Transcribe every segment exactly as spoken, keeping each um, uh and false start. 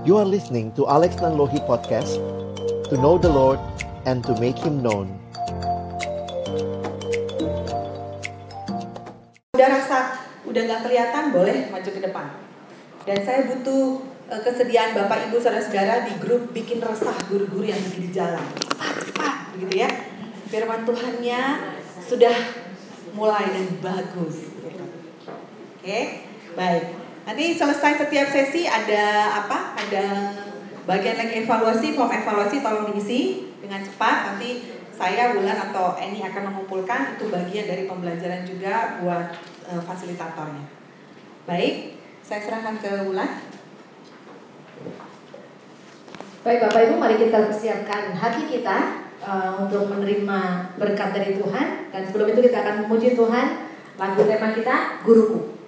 You are listening to Alex Nanlohi Podcast, to know the Lord and to make Him known. Udah rasa, udah gak kelihatan, boleh maju ke depan. Dan saya butuh uh, kesediaan Bapak Ibu Saudara-saudara di grup bikin resah guru-guru yang lagi di jalan. Cepat-cepat, begitu ya. Firman Tuhannya sudah mulai dan bagus. Gitu. Oke, baik. Nanti selesai setiap sesi ada apa? Ada bagian lagi evaluasi, form evaluasi tolong diisi dengan cepat. Nanti saya, Wulan atau Eni akan mengumpulkan itu bagian dari pembelajaran juga buat uh, fasilitatornya. Baik, saya serahkan ke Wulan. Baik Bapak Ibu, mari kita persiapkan hati kita uh, untuk menerima berkat dari Tuhan. Dan sebelum itu kita akan memuji Tuhan. Lagu tema kita, Guruku.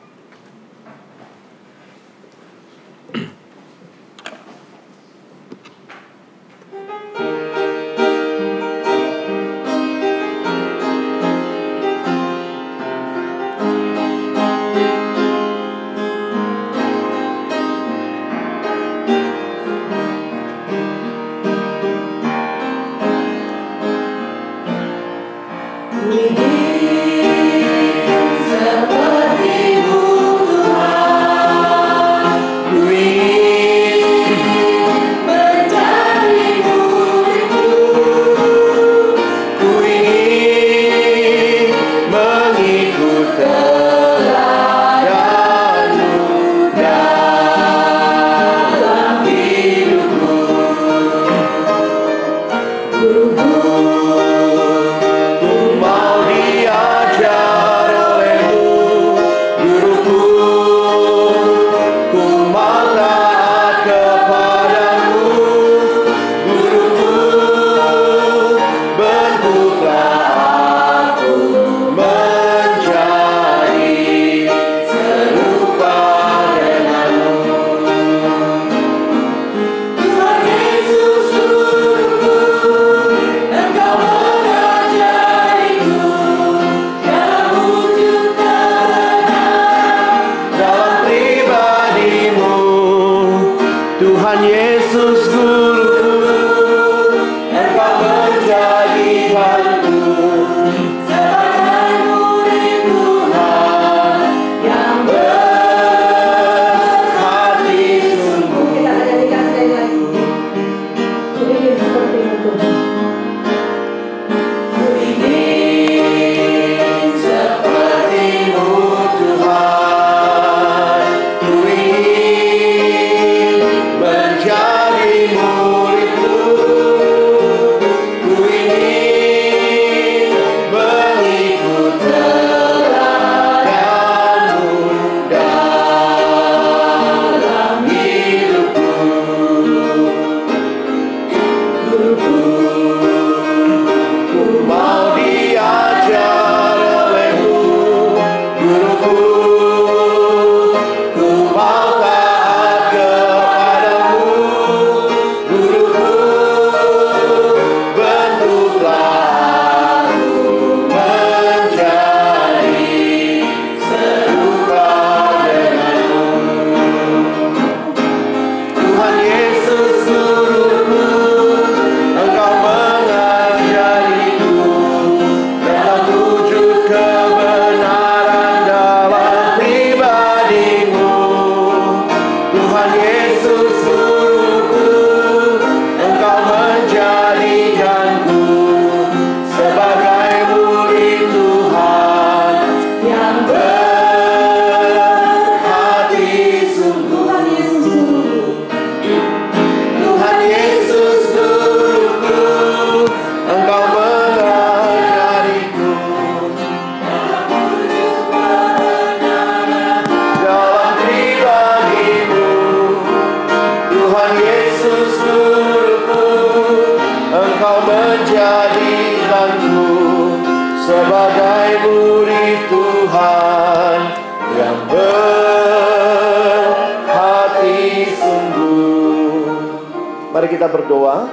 Mari kita berdoa.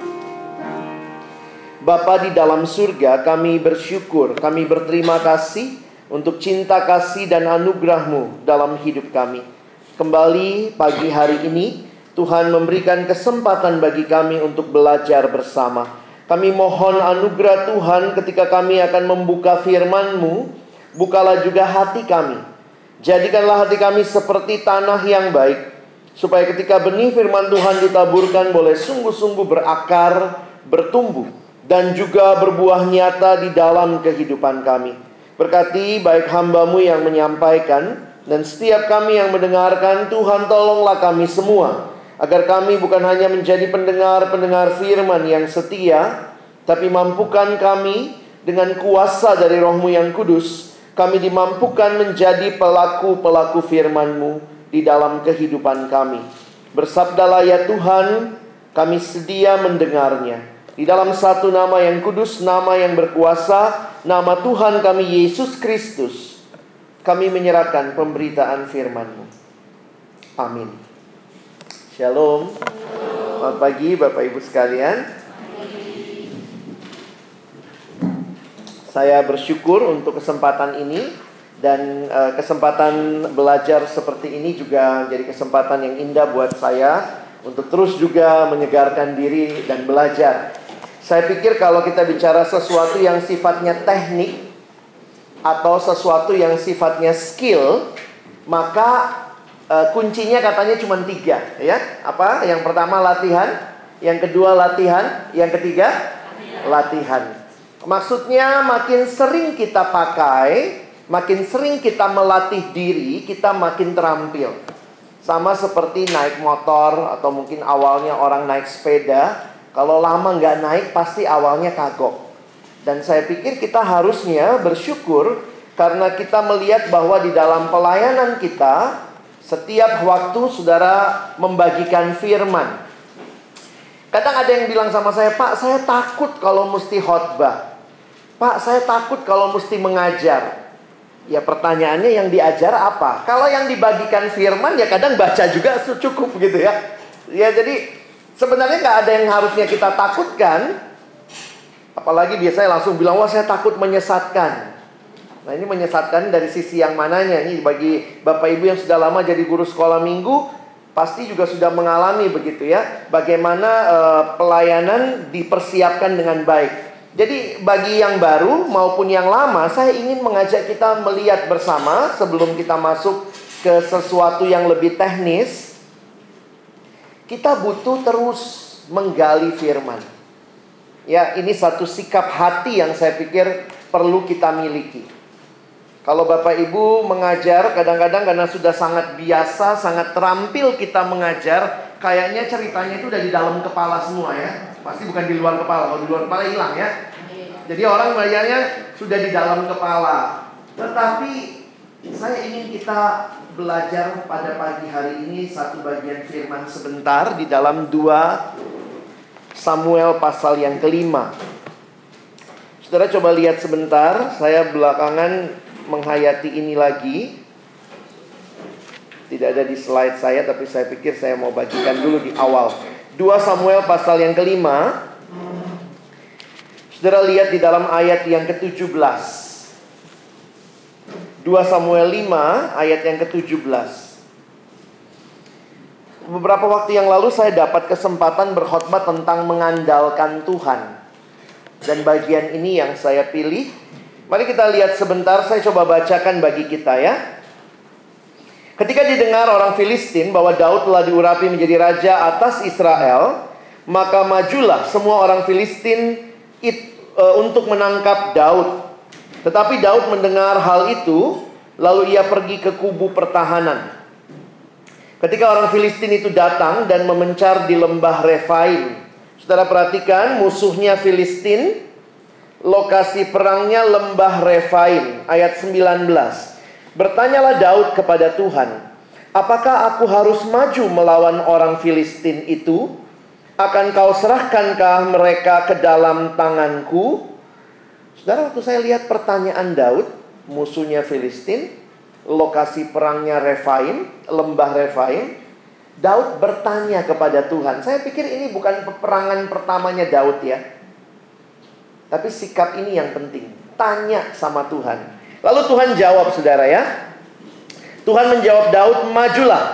Bapa di dalam surga, kami bersyukur, kami berterima kasih untuk cinta kasih dan anugerah-Mu dalam hidup kami. Kembali pagi hari ini, Tuhan memberikan kesempatan bagi kami untuk belajar bersama. Kami mohon anugerah Tuhan ketika kami akan membuka firman-Mu. Bukalah juga hati kami. Jadikanlah hati kami seperti tanah yang baik, supaya ketika benih firman Tuhan ditaburkan boleh sungguh-sungguh berakar, bertumbuh, dan juga berbuah nyata di dalam kehidupan kami. Berkati baik hamba-Mu yang menyampaikan, dan setiap kami yang mendengarkan. Tuhan, tolonglah kami semua, agar kami bukan hanya menjadi pendengar-pendengar firman yang setia, tapi mampukan kami dengan kuasa dari Roh-Mu yang kudus, kami dimampukan menjadi pelaku-pelaku firman-Mu di dalam kehidupan kami. Bersabdalah ya Tuhan, kami sedia mendengarnya. Di dalam satu nama yang kudus, nama yang berkuasa, nama Tuhan kami Yesus Kristus, kami menyerahkan pemberitaan firman-Mu. Amin. Shalom. Selamat pagi Bapak Ibu sekalian. Saya bersyukur untuk kesempatan ini. Dan uh, kesempatan belajar seperti ini juga jadi kesempatan yang indah buat saya untuk terus juga menyegarkan diri dan belajar. Saya pikir kalau kita bicara sesuatu yang sifatnya teknik atau sesuatu yang sifatnya skill, maka uh, kuncinya katanya cuma tiga, ya. Apa? Yang pertama latihan, yang kedua latihan, yang ketiga latihan. Maksudnya makin sering kita pakai, makin sering kita melatih diri, kita makin terampil. Sama seperti naik motor atau mungkin awalnya orang naik sepeda. Kalau lama nggak naik pasti awalnya kagok. Dan saya pikir kita harusnya bersyukur karena kita melihat bahwa di dalam pelayanan kita setiap waktu saudara membagikan firman. Kadang ada yang bilang sama saya, Pak, saya takut kalau mesti khotbah. Pak, saya takut kalau mesti mengajar. Ya pertanyaannya yang diajar apa? Kalau yang dibagikan firman ya kadang baca juga cukup gitu ya. Ya jadi sebenarnya nggak ada yang harusnya kita takutkan. Apalagi biasanya langsung bilang, wah saya takut menyesatkan. Nah ini menyesatkan dari sisi yang mananya nih? Bagi Bapak Ibu yang sudah lama jadi guru sekolah minggu, pasti juga sudah mengalami begitu ya. Bagaimana uh, pelayanan dipersiapkan dengan baik. Jadi bagi yang baru maupun yang lama, saya ingin mengajak kita melihat bersama sebelum kita masuk ke sesuatu yang lebih teknis. Kita butuh terus menggali firman. Ya, ini satu sikap hati yang saya pikir perlu kita miliki. Kalau Bapak Ibu mengajar, kadang-kadang karena sudah sangat biasa, sangat terampil kita mengajar, kayaknya ceritanya itu udah di dalam kepala semua ya. Pasti bukan di luar kepala, kalau di luar kepala hilang ya. Jadi orang belajarnya sudah di dalam kepala. Tetapi saya ingin kita belajar pada pagi hari ini satu bagian firman sebentar di dalam dua Samuel pasal yang kelima. Saudara coba lihat sebentar, saya belakangan menghayati ini lagi. Tidak ada di slide saya, tapi saya pikir saya mau bagikan dulu di awal. dua Samuel pasal yang kelima. Saudara lihat di dalam ayat yang ketujuh belas. dua Samuel lima ayat yang ketujuh belas. Beberapa waktu yang lalu saya dapat kesempatan berkhotbah tentang mengandalkan Tuhan. Dan bagian ini yang saya pilih. Mari kita lihat sebentar, saya coba bacakan bagi kita ya. Ketika didengar orang Filistin bahwa Daud telah diurapi menjadi raja atas Israel, maka majulah semua orang Filistin it, e, untuk menangkap Daud. Tetapi Daud mendengar hal itu, lalu ia pergi ke kubu pertahanan. Ketika orang Filistin itu datang dan memencar di lembah Refaim. Saudara perhatikan, musuhnya Filistin, lokasi perangnya lembah Refaim, ayat sembilan belas. Bertanyalah Daud kepada Tuhan, apakah aku harus maju melawan orang Filistin itu? Akan kau serahkankah mereka ke dalam tanganku? Saudara, waktu saya lihat pertanyaan Daud, musuhnya Filistin, lokasi perangnya Refaim, lembah Refaim, Daud bertanya kepada Tuhan. Saya pikir ini bukan peperangan pertamanya Daud ya. Tapi sikap ini yang penting. Tanya sama Tuhan. Lalu Tuhan jawab saudara ya. Tuhan menjawab Daud, majulah.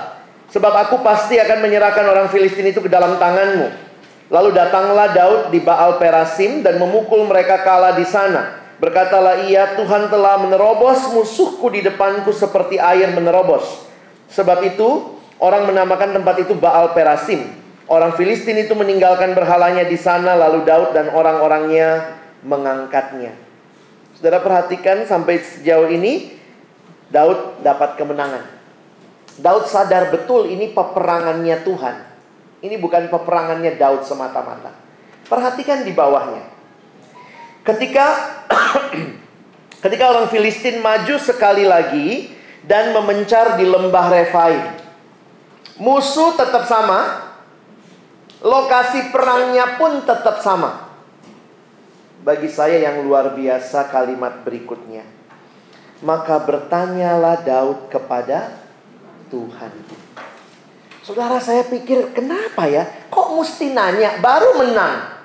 Sebab aku pasti akan menyerahkan orang Filistin itu ke dalam tanganmu. Lalu datanglah Daud di Baal Perasim dan memukul mereka kalah di sana. Berkatalah ia, Tuhan telah menerobos musuhku di depanku seperti air menerobos. Sebab itu orang menamakan tempat itu Baal Perasim. Orang Filistin itu meninggalkan berhalanya di sana, lalu Daud dan orang-orangnya mengangkatnya. Saudara perhatikan sampai sejauh ini, Daud dapat kemenangan. Daud sadar betul ini peperangannya Tuhan. Ini bukan peperangannya Daud semata-mata. Perhatikan di bawahnya. Ketika ketika orang Filistin maju sekali lagi dan memencar di lembah Refaim, musuh tetap sama. Lokasi perangnya pun tetap sama. Bagi saya yang luar biasa kalimat berikutnya. Maka bertanyalah Daud kepada Tuhan. Saudara, saya pikir kenapa ya? Kok mesti nanya? Baru menang.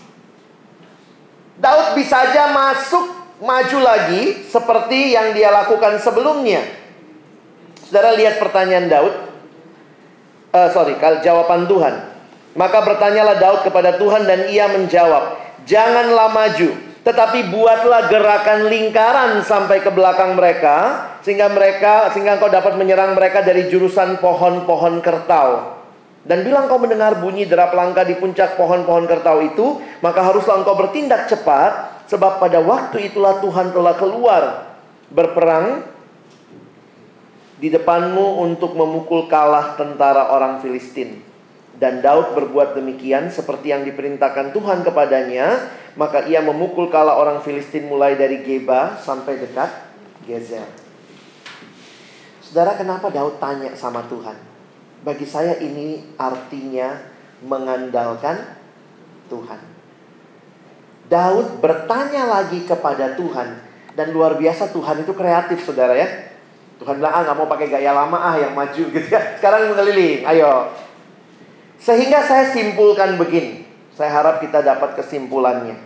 Daud bisa aja masuk, maju lagi seperti yang dia lakukan sebelumnya. Saudara lihat pertanyaan Daud. uh, Sorry, jawaban Tuhan. Maka bertanyalah Daud kepada Tuhan dan ia menjawab, janganlah maju, tetapi buatlah gerakan lingkaran sampai ke belakang mereka, sehingga mereka sehingga engkau dapat menyerang mereka dari jurusan pohon-pohon kertau. Dan bila engkau mendengar bunyi derap langkah di puncak pohon-pohon kertau itu, maka haruslah engkau bertindak cepat, sebab pada waktu itulah Tuhan telah keluar berperang di depanmu untuk memukul kalah tentara orang Filistin. Dan Daud berbuat demikian seperti yang diperintahkan Tuhan kepadanya. Maka ia memukul kalah orang Filistin mulai dari Geba sampai dekat Gezer. Saudara, kenapa Daud tanya sama Tuhan? Bagi saya ini artinya mengandalkan Tuhan. Daud bertanya lagi kepada Tuhan. Dan luar biasa, Tuhan itu kreatif, saudara ya. Tuhan bilang, ah gak mau pakai gaya lama ah yang maju gitu ya. Sekarang mengeliling, ayo. Sehingga saya simpulkan begini. Saya harap kita dapat kesimpulannya.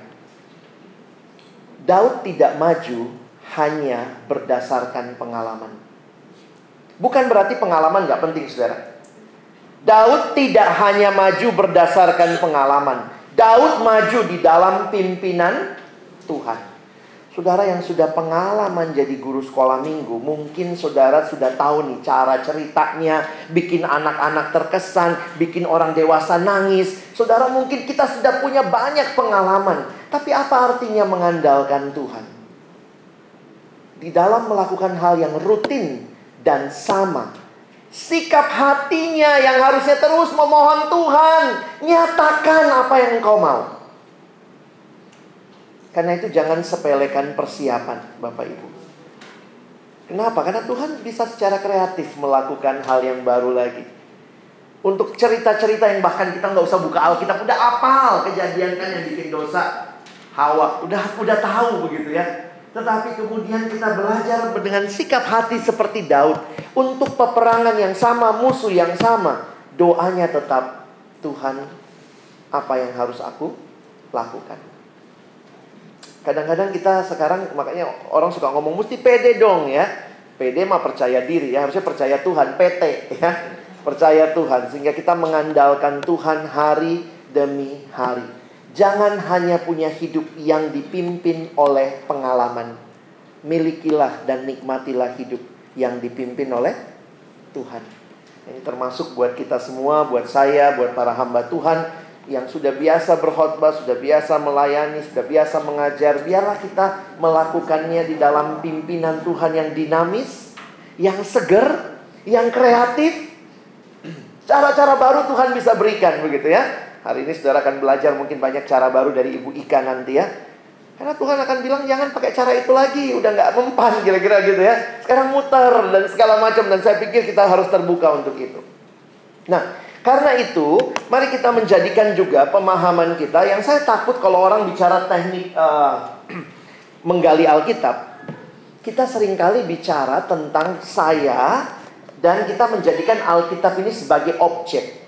Daud tidak maju hanya berdasarkan pengalaman. Bukan berarti pengalaman gak penting, saudara. Daud tidak hanya maju berdasarkan pengalaman. Daud maju di dalam pimpinan Tuhan. Saudara yang sudah pengalaman jadi guru sekolah minggu, mungkin saudara sudah tahu nih cara ceritanya, bikin anak-anak terkesan, bikin orang dewasa nangis. Saudara, mungkin kita sudah punya banyak pengalaman. Tapi apa artinya mengandalkan Tuhan? Di dalam melakukan hal yang rutin dan sama, sikap hatinya yang harusnya terus memohon Tuhan, nyatakan apa yang engkau mau. Karena itu jangan sepelekan persiapan, Bapak Ibu. Kenapa? Karena Tuhan bisa secara kreatif melakukan hal yang baru lagi. Untuk cerita-cerita yang bahkan kita nggak usah buka Alkitab, udah apal kejadian kan yang bikin dosa Hawa, udah udah tahu begitu ya. Tetapi kemudian kita belajar dengan sikap hati seperti Daud. Untuk peperangan yang sama, musuh yang sama, doanya tetap, Tuhan, apa yang harus aku lakukan? Kadang-kadang kita sekarang, makanya orang suka ngomong mesti pede dong ya. Pede mah percaya diri ya, harusnya percaya Tuhan, P T ya. Percaya Tuhan, sehingga kita mengandalkan Tuhan hari demi hari. Jangan hanya punya hidup yang dipimpin oleh pengalaman. Milikilah dan nikmatilah hidup yang dipimpin oleh Tuhan. Ini termasuk buat kita semua, buat saya, buat para hamba Tuhan yang sudah biasa berkhotbah, sudah biasa melayani, sudah biasa mengajar. Biarlah kita melakukannya di dalam pimpinan Tuhan yang dinamis, yang seger, yang kreatif. Cara-cara baru Tuhan bisa berikan begitu ya. Hari ini saudara akan belajar mungkin banyak cara baru dari Ibu Ika nanti ya. Karena Tuhan akan bilang jangan pakai cara itu lagi, udah gak mempan kira-kira gitu ya. Sekarang muter dan segala macam. Dan saya pikir kita harus terbuka untuk itu. Nah, karena itu, mari kita menjadikan juga pemahaman kita. Yang saya takut kalau orang bicara teknik uh, menggali Alkitab, kita seringkali bicara tentang saya, dan kita menjadikan Alkitab ini sebagai objek.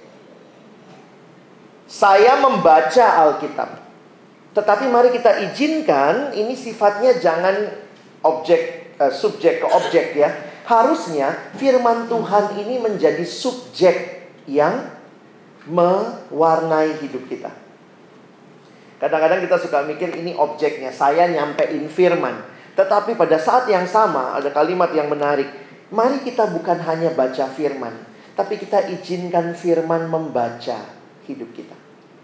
Saya membaca Alkitab. Tetapi mari kita izinkan ini sifatnya jangan objek, uh, subjek ke objek ya. Harusnya firman Tuhan ini menjadi subjek yang mewarnai hidup kita. Kadang-kadang kita suka mikir ini objeknya, saya nyampein firman. Tetapi pada saat yang sama ada kalimat yang menarik. Mari kita bukan hanya baca firman, tapi kita izinkan firman membaca hidup kita.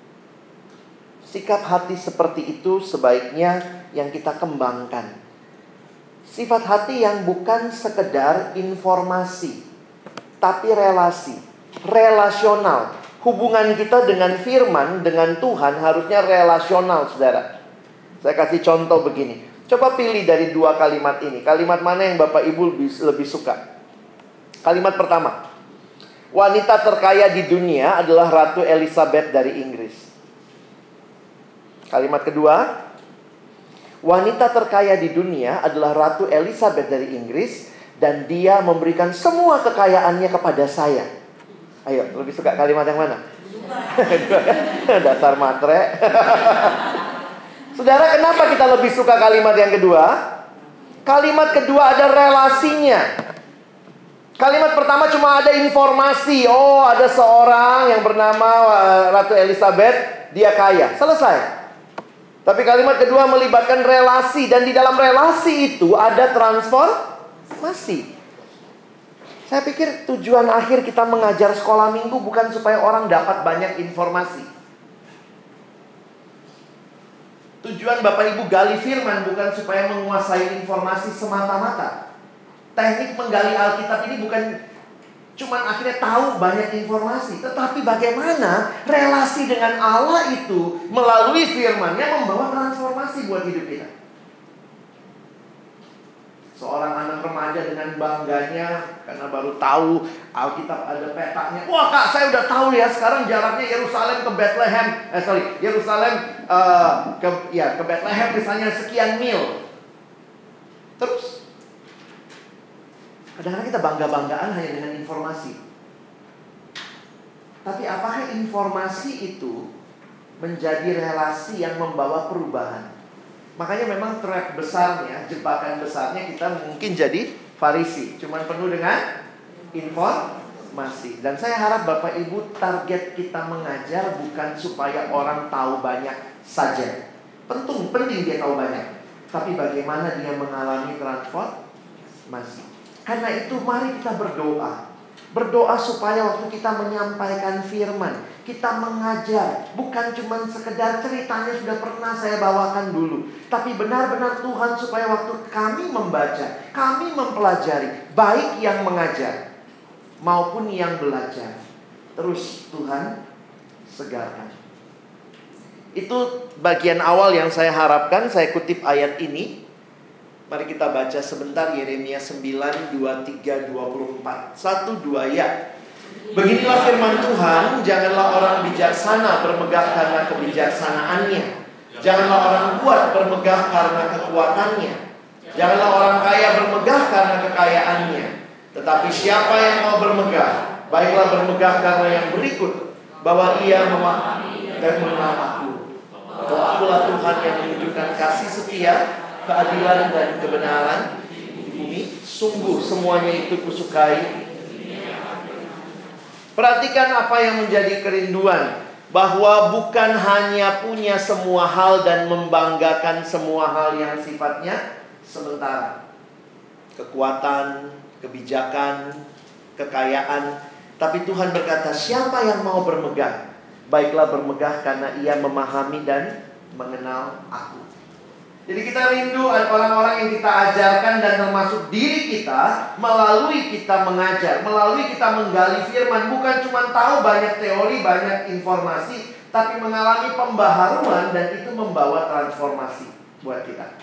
Sikap hati seperti itu sebaiknya yang kita kembangkan. Sifat hati yang bukan sekedar informasi, tapi relasi, relasional. Hubungan kita dengan firman, dengan Tuhan harusnya relasional, saudara. Saya kasih contoh begini. Coba pilih dari dua kalimat ini. Kalimat mana yang Bapak Ibu lebih suka? Kalimat pertama. Wanita terkaya di dunia adalah Ratu Elizabeth dari Inggris. Kalimat kedua. Wanita terkaya di dunia adalah Ratu Elizabeth dari Inggris, dan dia memberikan semua kekayaannya kepada saya. Ayo, lebih suka kalimat yang mana? Dasar matre. Saudara, kenapa kita lebih suka kalimat yang kedua? Kalimat kedua ada relasinya. Kalimat pertama cuma ada informasi. Oh, ada seorang yang bernama Ratu Elizabeth, dia kaya. Selesai. Tapi kalimat kedua melibatkan relasi. Dan di dalam relasi itu ada transformasi. Saya pikir tujuan akhir kita mengajar sekolah minggu bukan supaya orang dapat banyak informasi. Tujuan Bapak Ibu gali firman bukan supaya menguasai informasi semata-mata. Teknik menggali Alkitab ini bukan cuman akhirnya tahu banyak informasi, tetapi bagaimana relasi dengan Allah itu melalui firman-Nya membawa transformasi buat hidup kita. Seorang anak remaja dengan bangganya karena baru tahu Alkitab ada petanya. Wah kak, saya udah tahu ya, sekarang jaraknya Yerusalem ke Bethlehem. Eh sorry, Yerusalem uh, ke ya ke Bethlehem misalnya sekian mil. Terus kadang-kadang kita bangga-banggaan hanya dengan informasi. Tapi apakah informasi itu menjadi relasi yang membawa perubahan? Makanya memang trap besarnya, jebakan besarnya kita mungkin jadi Farisi, cuman penuh dengan informasi. Dan saya harap Bapak Ibu target kita mengajar bukan supaya orang tahu banyak saja. Penting, penting dia tahu banyak, tapi bagaimana dia mengalami transformasi. Karena itu mari kita berdoa. Berdoa supaya waktu kita menyampaikan firman, kita mengajar, bukan cuma sekedar ceritanya sudah pernah saya bawakan dulu, tapi benar-benar Tuhan supaya waktu kami membaca, kami mempelajari, baik yang mengajar maupun yang belajar, terus Tuhan segarkan. Itu bagian awal yang saya harapkan. Saya kutip ayat ini. Mari kita baca sebentar Yeremia sembilan, dua puluh tiga, dua puluh empat. Satu, dua ya. Beginilah firman Tuhan, janganlah orang bijaksana bermegah karena kebijaksanaannya. Janganlah orang kuat bermegah karena kekuatannya. Janganlah orang kaya bermegah karena kekayaannya. Tetapi siapa yang mau bermegah, baiklah bermegah karena yang berikut, bahwa ia memahami dan mengenal aku. Bahwa akulah Tuhan yang menunjukkan kasih setia, keadilan dan kebenaran di bumi. Sungguh semuanya itu kusukai. Perhatikan apa yang menjadi kerinduan, bahwa bukan hanya punya semua hal dan membanggakan semua hal yang sifatnya sementara, kekuatan, kebijakan, kekayaan, tapi Tuhan berkata siapa yang mau bermegah, baiklah bermegah karena ia memahami dan mengenal aku. Jadi kita rindu orang-orang yang kita ajarkan dan termasuk diri kita melalui kita mengajar, melalui kita menggali firman. Bukan cuma tahu banyak teori, banyak informasi, tapi mengalami pembaharuan dan itu membawa transformasi buat kita.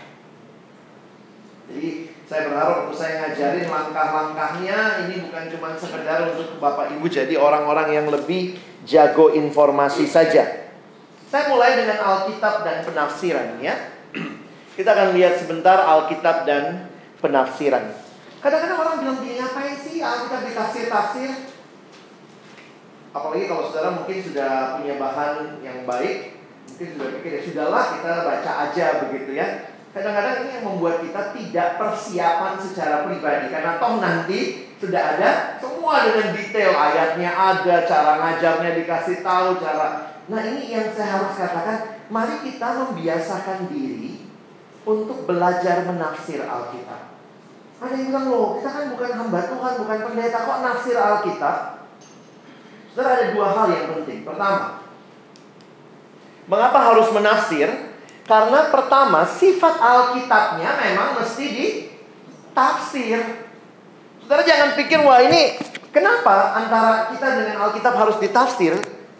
Jadi saya berharap waktu saya ngajarin langkah-langkahnya, ini bukan cuma sekedar untuk Bapak Ibu jadi orang-orang yang lebih jago informasi saja. Saya mulai dengan Alkitab dan penafsiran ya. Kita akan lihat sebentar Alkitab dan penafsiran. Kadang-kadang orang bilang gini, ngapain sih Alkitab ditafsir-tafsir? Apalagi kalau saudara mungkin sudah punya bahan yang baik, mungkin sudah pikir ya sudahlah kita baca aja begitu ya. Kadang-kadang ini yang membuat kita tidak persiapan secara pribadi. Karena toh nanti sudah ada semua dengan detail. Ayatnya ada, cara ngajarnya dikasih tahu, cara... Nah ini yang saya harus katakan, mari kita membiasakan diri untuk belajar menafsir Alkitab. Ada yang bilang, loh kita kan bukan hamba Tuhan, bukan pendeta, kok nafsir Alkitab? Saudara, ada dua hal yang penting. Pertama, mengapa harus menafsir? Karena pertama, sifat Alkitabnya memang mesti ditafsir. Saudara jangan pikir, wah ini kenapa antara kita dengan Alkitab harus ditafsir?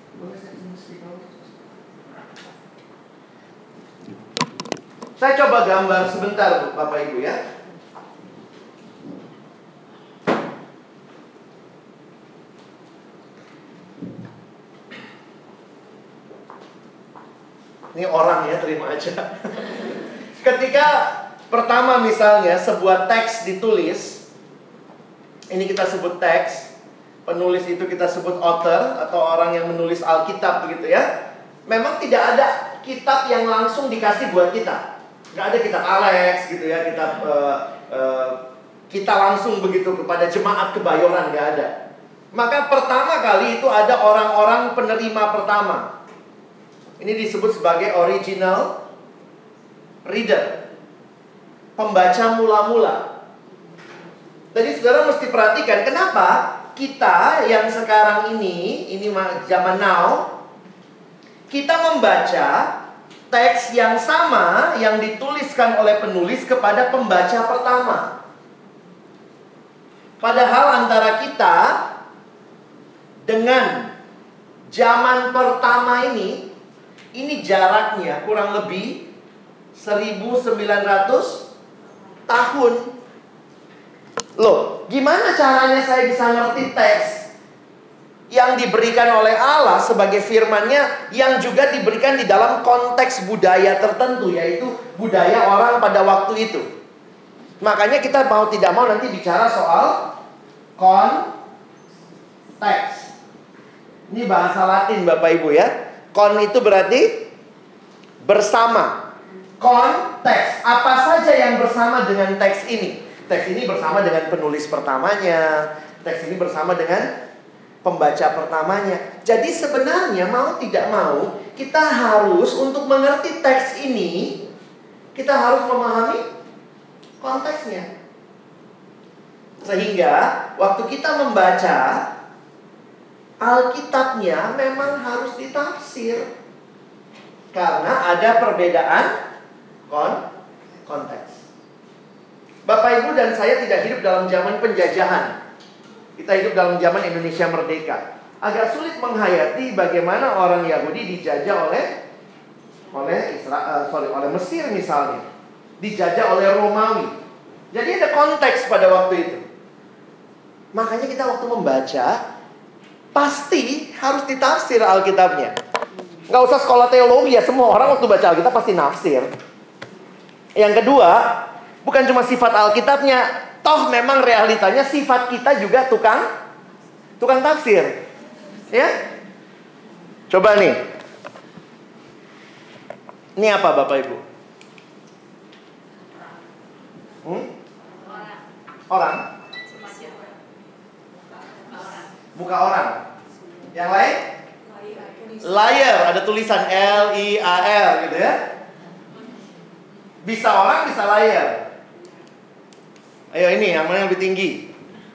Saya coba gambar sebentar Bapak Ibu ya. Ini orang ya, terima aja. Ketika pertama misalnya sebuah teks ditulis, ini kita sebut teks, penulis itu kita sebut author atau orang yang menulis Alkitab begitu ya. Memang tidak ada kitab yang langsung dikasih buat kita. Nggak ada kitab Alex gitu ya, kitab uh, uh, kita langsung begitu kepada jemaat Kebayoran, nggak ada. Maka pertama kali itu ada orang-orang penerima pertama. Ini disebut sebagai original reader, pembaca mula-mula. Jadi saudara mesti perhatikan kenapa kita yang sekarang ini, ini zaman now, kita membaca teks yang sama yang dituliskan oleh penulis kepada pembaca pertama. Padahal antara kita dengan zaman pertama ini, ini jaraknya kurang lebih seribu sembilan ratus tahun. Loh, gimana caranya saya bisa ngerti teks yang diberikan oleh Allah sebagai firman-Nya yang juga diberikan di dalam konteks budaya tertentu, yaitu budaya orang pada waktu itu. Makanya kita mau tidak mau nanti bicara soal konteks. Ini bahasa Latin Bapak Ibu ya. Kon itu berarti bersama. Konteks, apa saja yang bersama dengan teks ini? Teks ini bersama dengan penulis pertamanya. Teks ini bersama dengan pembaca pertamanya. Jadi sebenarnya mau tidak mau, kita harus untuk mengerti teks ini, kita harus memahami konteksnya. Sehingga waktu kita membaca Alkitabnya memang harus ditafsir. Karena ada perbedaan kon konteks. Bapak Ibu dan saya tidak hidup dalam zaman penjajahan. Kita hidup dalam zaman Indonesia merdeka. Agak sulit menghayati bagaimana orang Yahudi dijajah oleh oleh Israel, sorry, oleh Mesir misalnya, dijajah oleh Romawi. Jadi ada konteks pada waktu itu. Makanya kita waktu membaca pasti harus ditafsir Alkitabnya. Nggak usah sekolah teologi ya, semua orang waktu baca Alkitab pasti nafsir. Yang kedua, bukan cuma sifat Alkitabnya. Toh memang realitanya sifat kita juga tukang tukang tafsir. Ya? Coba nih. Ini apa Bapak Ibu? Hmm? Orang? Muka orang. Yang lain? Layar, ada tulisan L I A R gitu ya. Bisa orang, bisa layar. Ayo ini, yang mana yang lebih tinggi?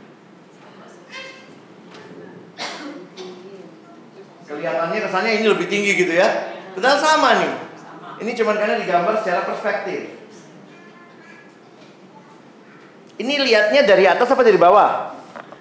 Kelihatannya kesannya ini lebih tinggi gitu ya. Padahal sama nih. Ini cuma karena digambar secara perspektif. Ini lihatnya dari atas apa dari bawah?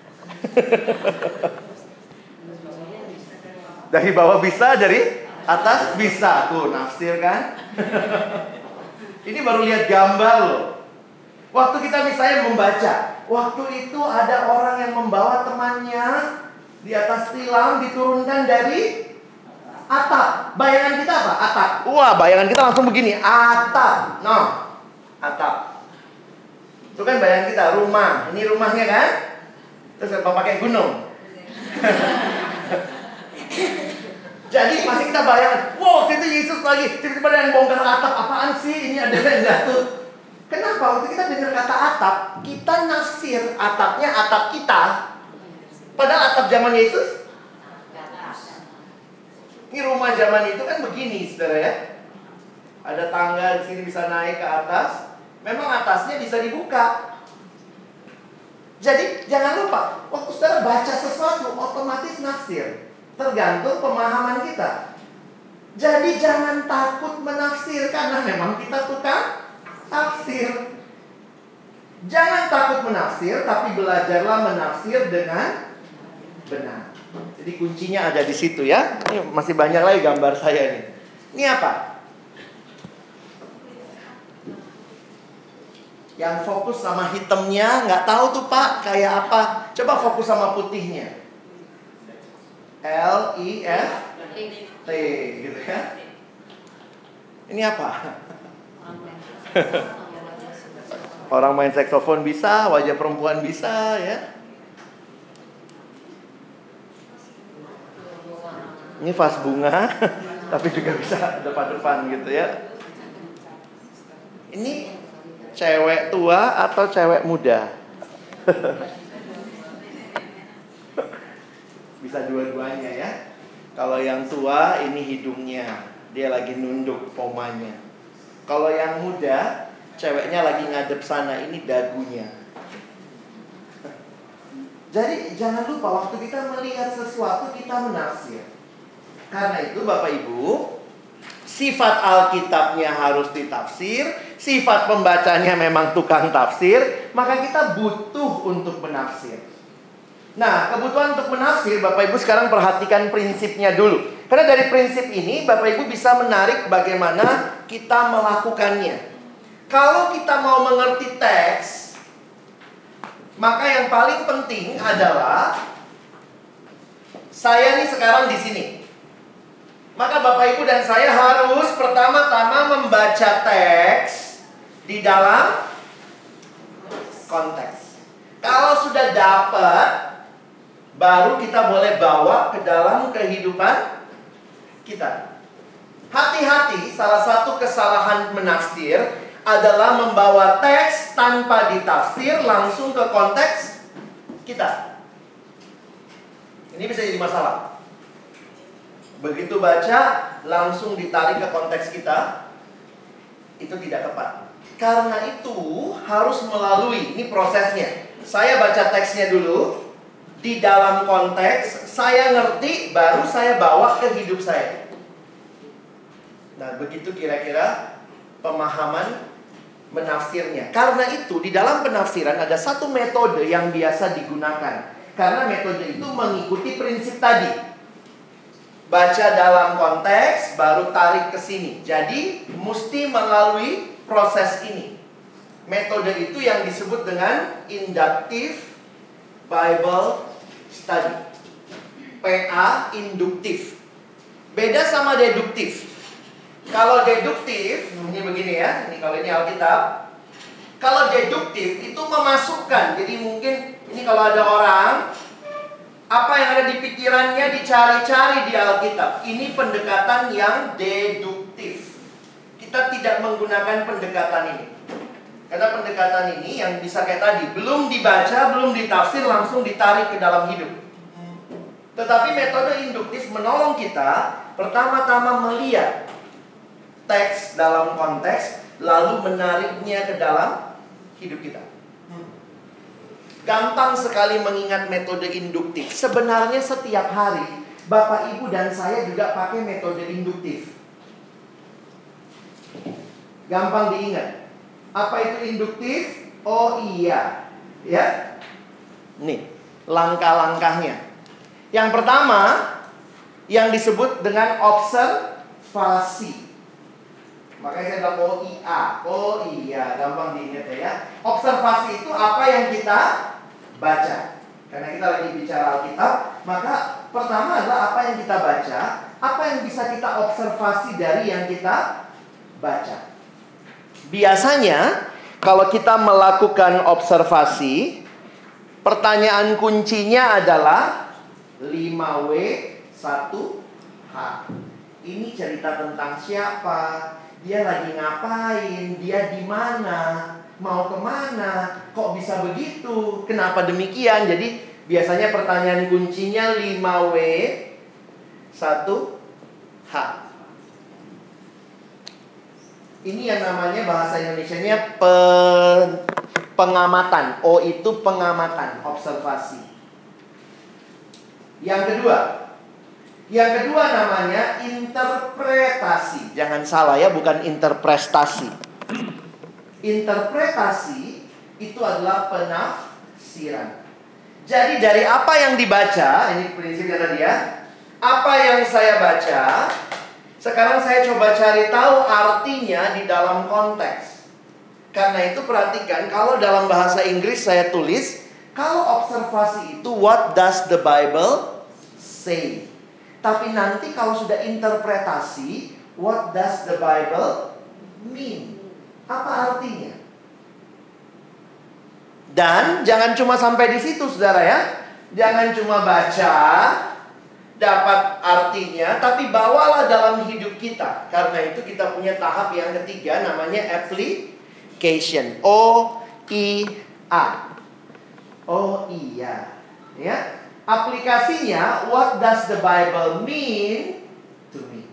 Dari bawah bisa, dari atas bisa. Tuh, nafsir kan? Ini baru lihat gambar loh. Waktu kita misalnya membaca, waktu itu ada orang yang membawa temannya di atas tilam diturunkan dari atap. Bayangan kita apa? Atap. Wah, bayangan kita langsung begini, atap. No, atap. Itu kan bayangan kita, rumah. Ini rumahnya kan? Terus apa pakai gunung? Jadi masih kita bayangkan, wow itu Yesus lagi, tiba-tiba ada yang bongkar atap, apaan sih ini, ada yang jatuh. Kenapa? Waktu kita dengar kata atap, kita nafsir atapnya atap kita. Padahal atap zaman Yesus, ini rumah zaman itu kan begini, saudara ya. Ada tangga di sini bisa naik ke atas. Memang atasnya bisa dibuka. Jadi jangan lupa, waktu saudara baca sesuatu, otomatis nafsir. Tergantung pemahaman kita. Jadi jangan takut menafsir, karena memang kita tukang tafsir. Jangan takut menafsir, tapi belajarlah menafsir dengan benar. Jadi kuncinya ada di situ ya. Ini masih banyak lagi gambar saya nih. Ini apa? Yang fokus sama hitamnya nggak tahu tuh Pak kayak apa. Coba fokus sama putihnya. L I F T gitu ya. Ini apa? Orang main saksofon bisa, wajah perempuan bisa ya. Ini vas bunga, tapi juga bisa depan-depan gitu ya. Ini cewek tua atau cewek muda? Bisa dua-duanya ya. Kalau yang tua ini hidungnya, dia lagi nunduk pomanya. Kalau yang muda, ceweknya lagi ngadep sana, ini dagunya. Jadi jangan lupa waktu kita melihat sesuatu kita menafsir. Karena itu Bapak Ibu, sifat Alkitabnya harus ditafsir, sifat pembacanya memang tukang tafsir, maka kita butuh untuk menafsir. Nah, kebutuhan untuk menafsir, Bapak Ibu sekarang perhatikan prinsipnya dulu. Karena dari prinsip ini, Bapak Ibu bisa menarik bagaimana kita melakukannya. Kalau kita mau mengerti teks, maka yang paling penting adalah saya nih sekarang di sini. Maka Bapak Ibu dan saya harus pertama-tama membaca teks di dalam konteks. Kalau sudah dapat, baru kita boleh bawa ke dalam kehidupan kita. Hati-hati, salah satu kesalahan menafsir adalah membawa teks tanpa ditafsir langsung ke konteks kita. Ini bisa jadi masalah. Begitu baca, langsung ditarik ke konteks kita, itu tidak tepat. Karena itu harus melalui, ini prosesnya. Saya baca teksnya dulu, di dalam konteks, saya ngerti, baru saya bawa ke hidup saya. Nah, begitu kira-kira pemahaman menafsirnya. Karena itu, di dalam penafsiran ada satu metode yang biasa digunakan. Karena metode itu mengikuti prinsip tadi. Baca dalam konteks, baru tarik ke sini. Jadi, mesti melalui proses ini. Metode itu yang disebut dengan inductive Bible Study. P A, induktif. Beda sama deduktif. Kalau deduktif, ini begini ya, ini kalau ini Alkitab. Kalau deduktif itu memasukkan. Jadi mungkin ini kalau ada orang, apa yang ada di pikirannya dicari-cari di Alkitab. Ini pendekatan yang deduktif. Kita tidak menggunakan pendekatan ini. Karena pendekatan ini yang bisa kayak tadi, belum dibaca, belum ditafsir, langsung ditarik ke dalam hidup. Tetapi metode induktif menolong kita pertama-tama melihat teks dalam konteks, lalu menariknya ke dalam hidup kita. Gampang sekali mengingat metode induktif. Sebenarnya setiap hari Bapak, Ibu, dan saya juga pakai metode induktif. Gampang diingat. Apa itu induktif? Oh iya, ya. Nih, langkah-langkahnya. Yang pertama, yang disebut dengan observasi. Makanya saya bilang O I A. Oh iya, gampang diingat ya. Observasi itu apa yang kita baca. Karena kita lagi bicara Alkitab, maka pertama adalah apa yang kita baca, apa yang bisa kita observasi dari yang kita baca. Biasanya kalau kita melakukan observasi, pertanyaan kuncinya adalah lima W satu H. H. Ini cerita tentang siapa, dia lagi ngapain, dia di mana, mau kemana, kok bisa begitu, kenapa demikian. Jadi biasanya pertanyaan kuncinya lima W, satu H. Ini yang namanya bahasa Indonesianya pen, pengamatan. O itu pengamatan, observasi. Yang kedua, yang kedua namanya interpretasi. Jangan salah ya, bukan interpretasi. Interpretasi itu adalah penafsiran. Jadi dari apa yang dibaca, ini prinsipnya tadi ya, apa yang saya baca, sekarang saya coba cari tahu artinya di dalam konteks. Karena itu perhatikan, kalau dalam bahasa Inggris saya tulis, kalau observasi itu what does the Bible say. Tapi nanti kalau sudah interpretasi, what does the Bible mean. Apa artinya? Dan jangan cuma sampai di situ saudara ya. Jangan cuma baca, dapat artinya, tapi bawalah dalam hidup kita. Karena itu kita punya tahap yang ketiga, namanya application. O I A. Oh iya, ya. Aplikasinya, what does the Bible mean to me?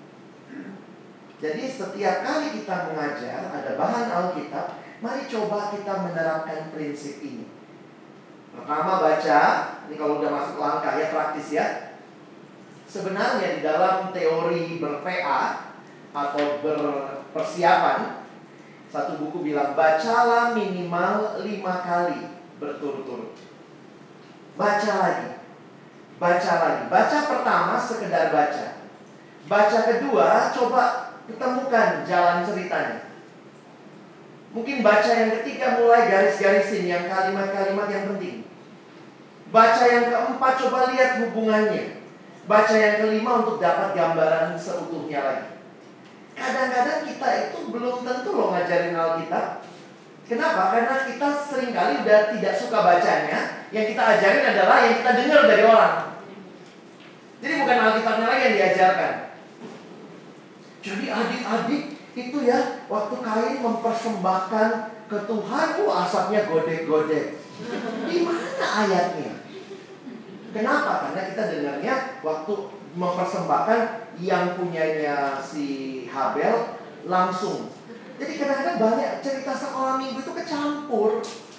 Jadi setiap kali kita mengajar, ada bahan Alkitab, mari coba kita menerapkan prinsip ini. Pertama baca, ini kalau udah masuk langkah ya, praktis ya. Sebenarnya di dalam teori ber-P A atau berpersiapan, satu buku bilang bacalah minimal lima kali berturut-turut. Baca lagi, baca lagi. Baca pertama sekedar baca. Baca kedua, coba ketemukan jalan ceritanya. Mungkin baca yang ketiga mulai garis-garisin yang kalimat-kalimat yang penting. Baca yang keempat coba lihat hubungannya. Baca yang kelima untuk dapat gambaran seutuhnya lagi. Kadang-kadang kita itu belum tentu loh ngajarin Alkitab. Kenapa? Karena kita seringkali udah tidak suka bacanya. Yang kita ajarin adalah yang kita dengar dari orang. Jadi bukan Alkitabnya lagi yang diajarkan. Jadi adik-adik itu ya, waktu Kain mempersembahkan ke Tuhan, oh asapnya godek-godek. Di mana ayatnya? Kenapa? Karena kita dengarnya waktu mempersembahkan yang punyanya si Habel langsung. Jadi kadang-kadang banyak cerita sekolah minggu itu kecampur.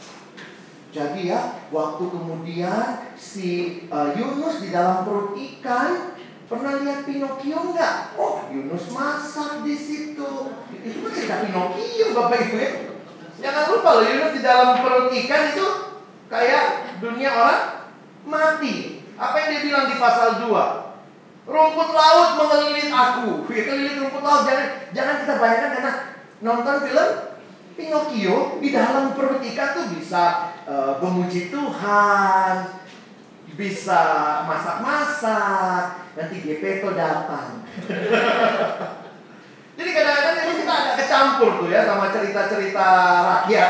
Jadi ya, waktu kemudian si uh, Yunus di dalam perut ikan, pernah lihat Pinocchio nggak? Oh, Yunus masak di situ. Itu kan cerita Pinocchio, Bapak Ibu ya. Jangan lupa loh, Yunus di dalam perut ikan itu kayak dunia orang mati. Apa yang dia bilang di pasal dua? Rumput laut mengelilit aku. Ya, kelilit rumput laut. Jangan, jangan kita bayangkan karena nonton film Pinocchio di dalam perut ikan tuh bisa uh, memuji Tuhan, bisa masak-masak, nanti Gepetto datang. Jadi kadang-kadang itu kita agak kecampur tuh ya sama cerita-cerita rakyat.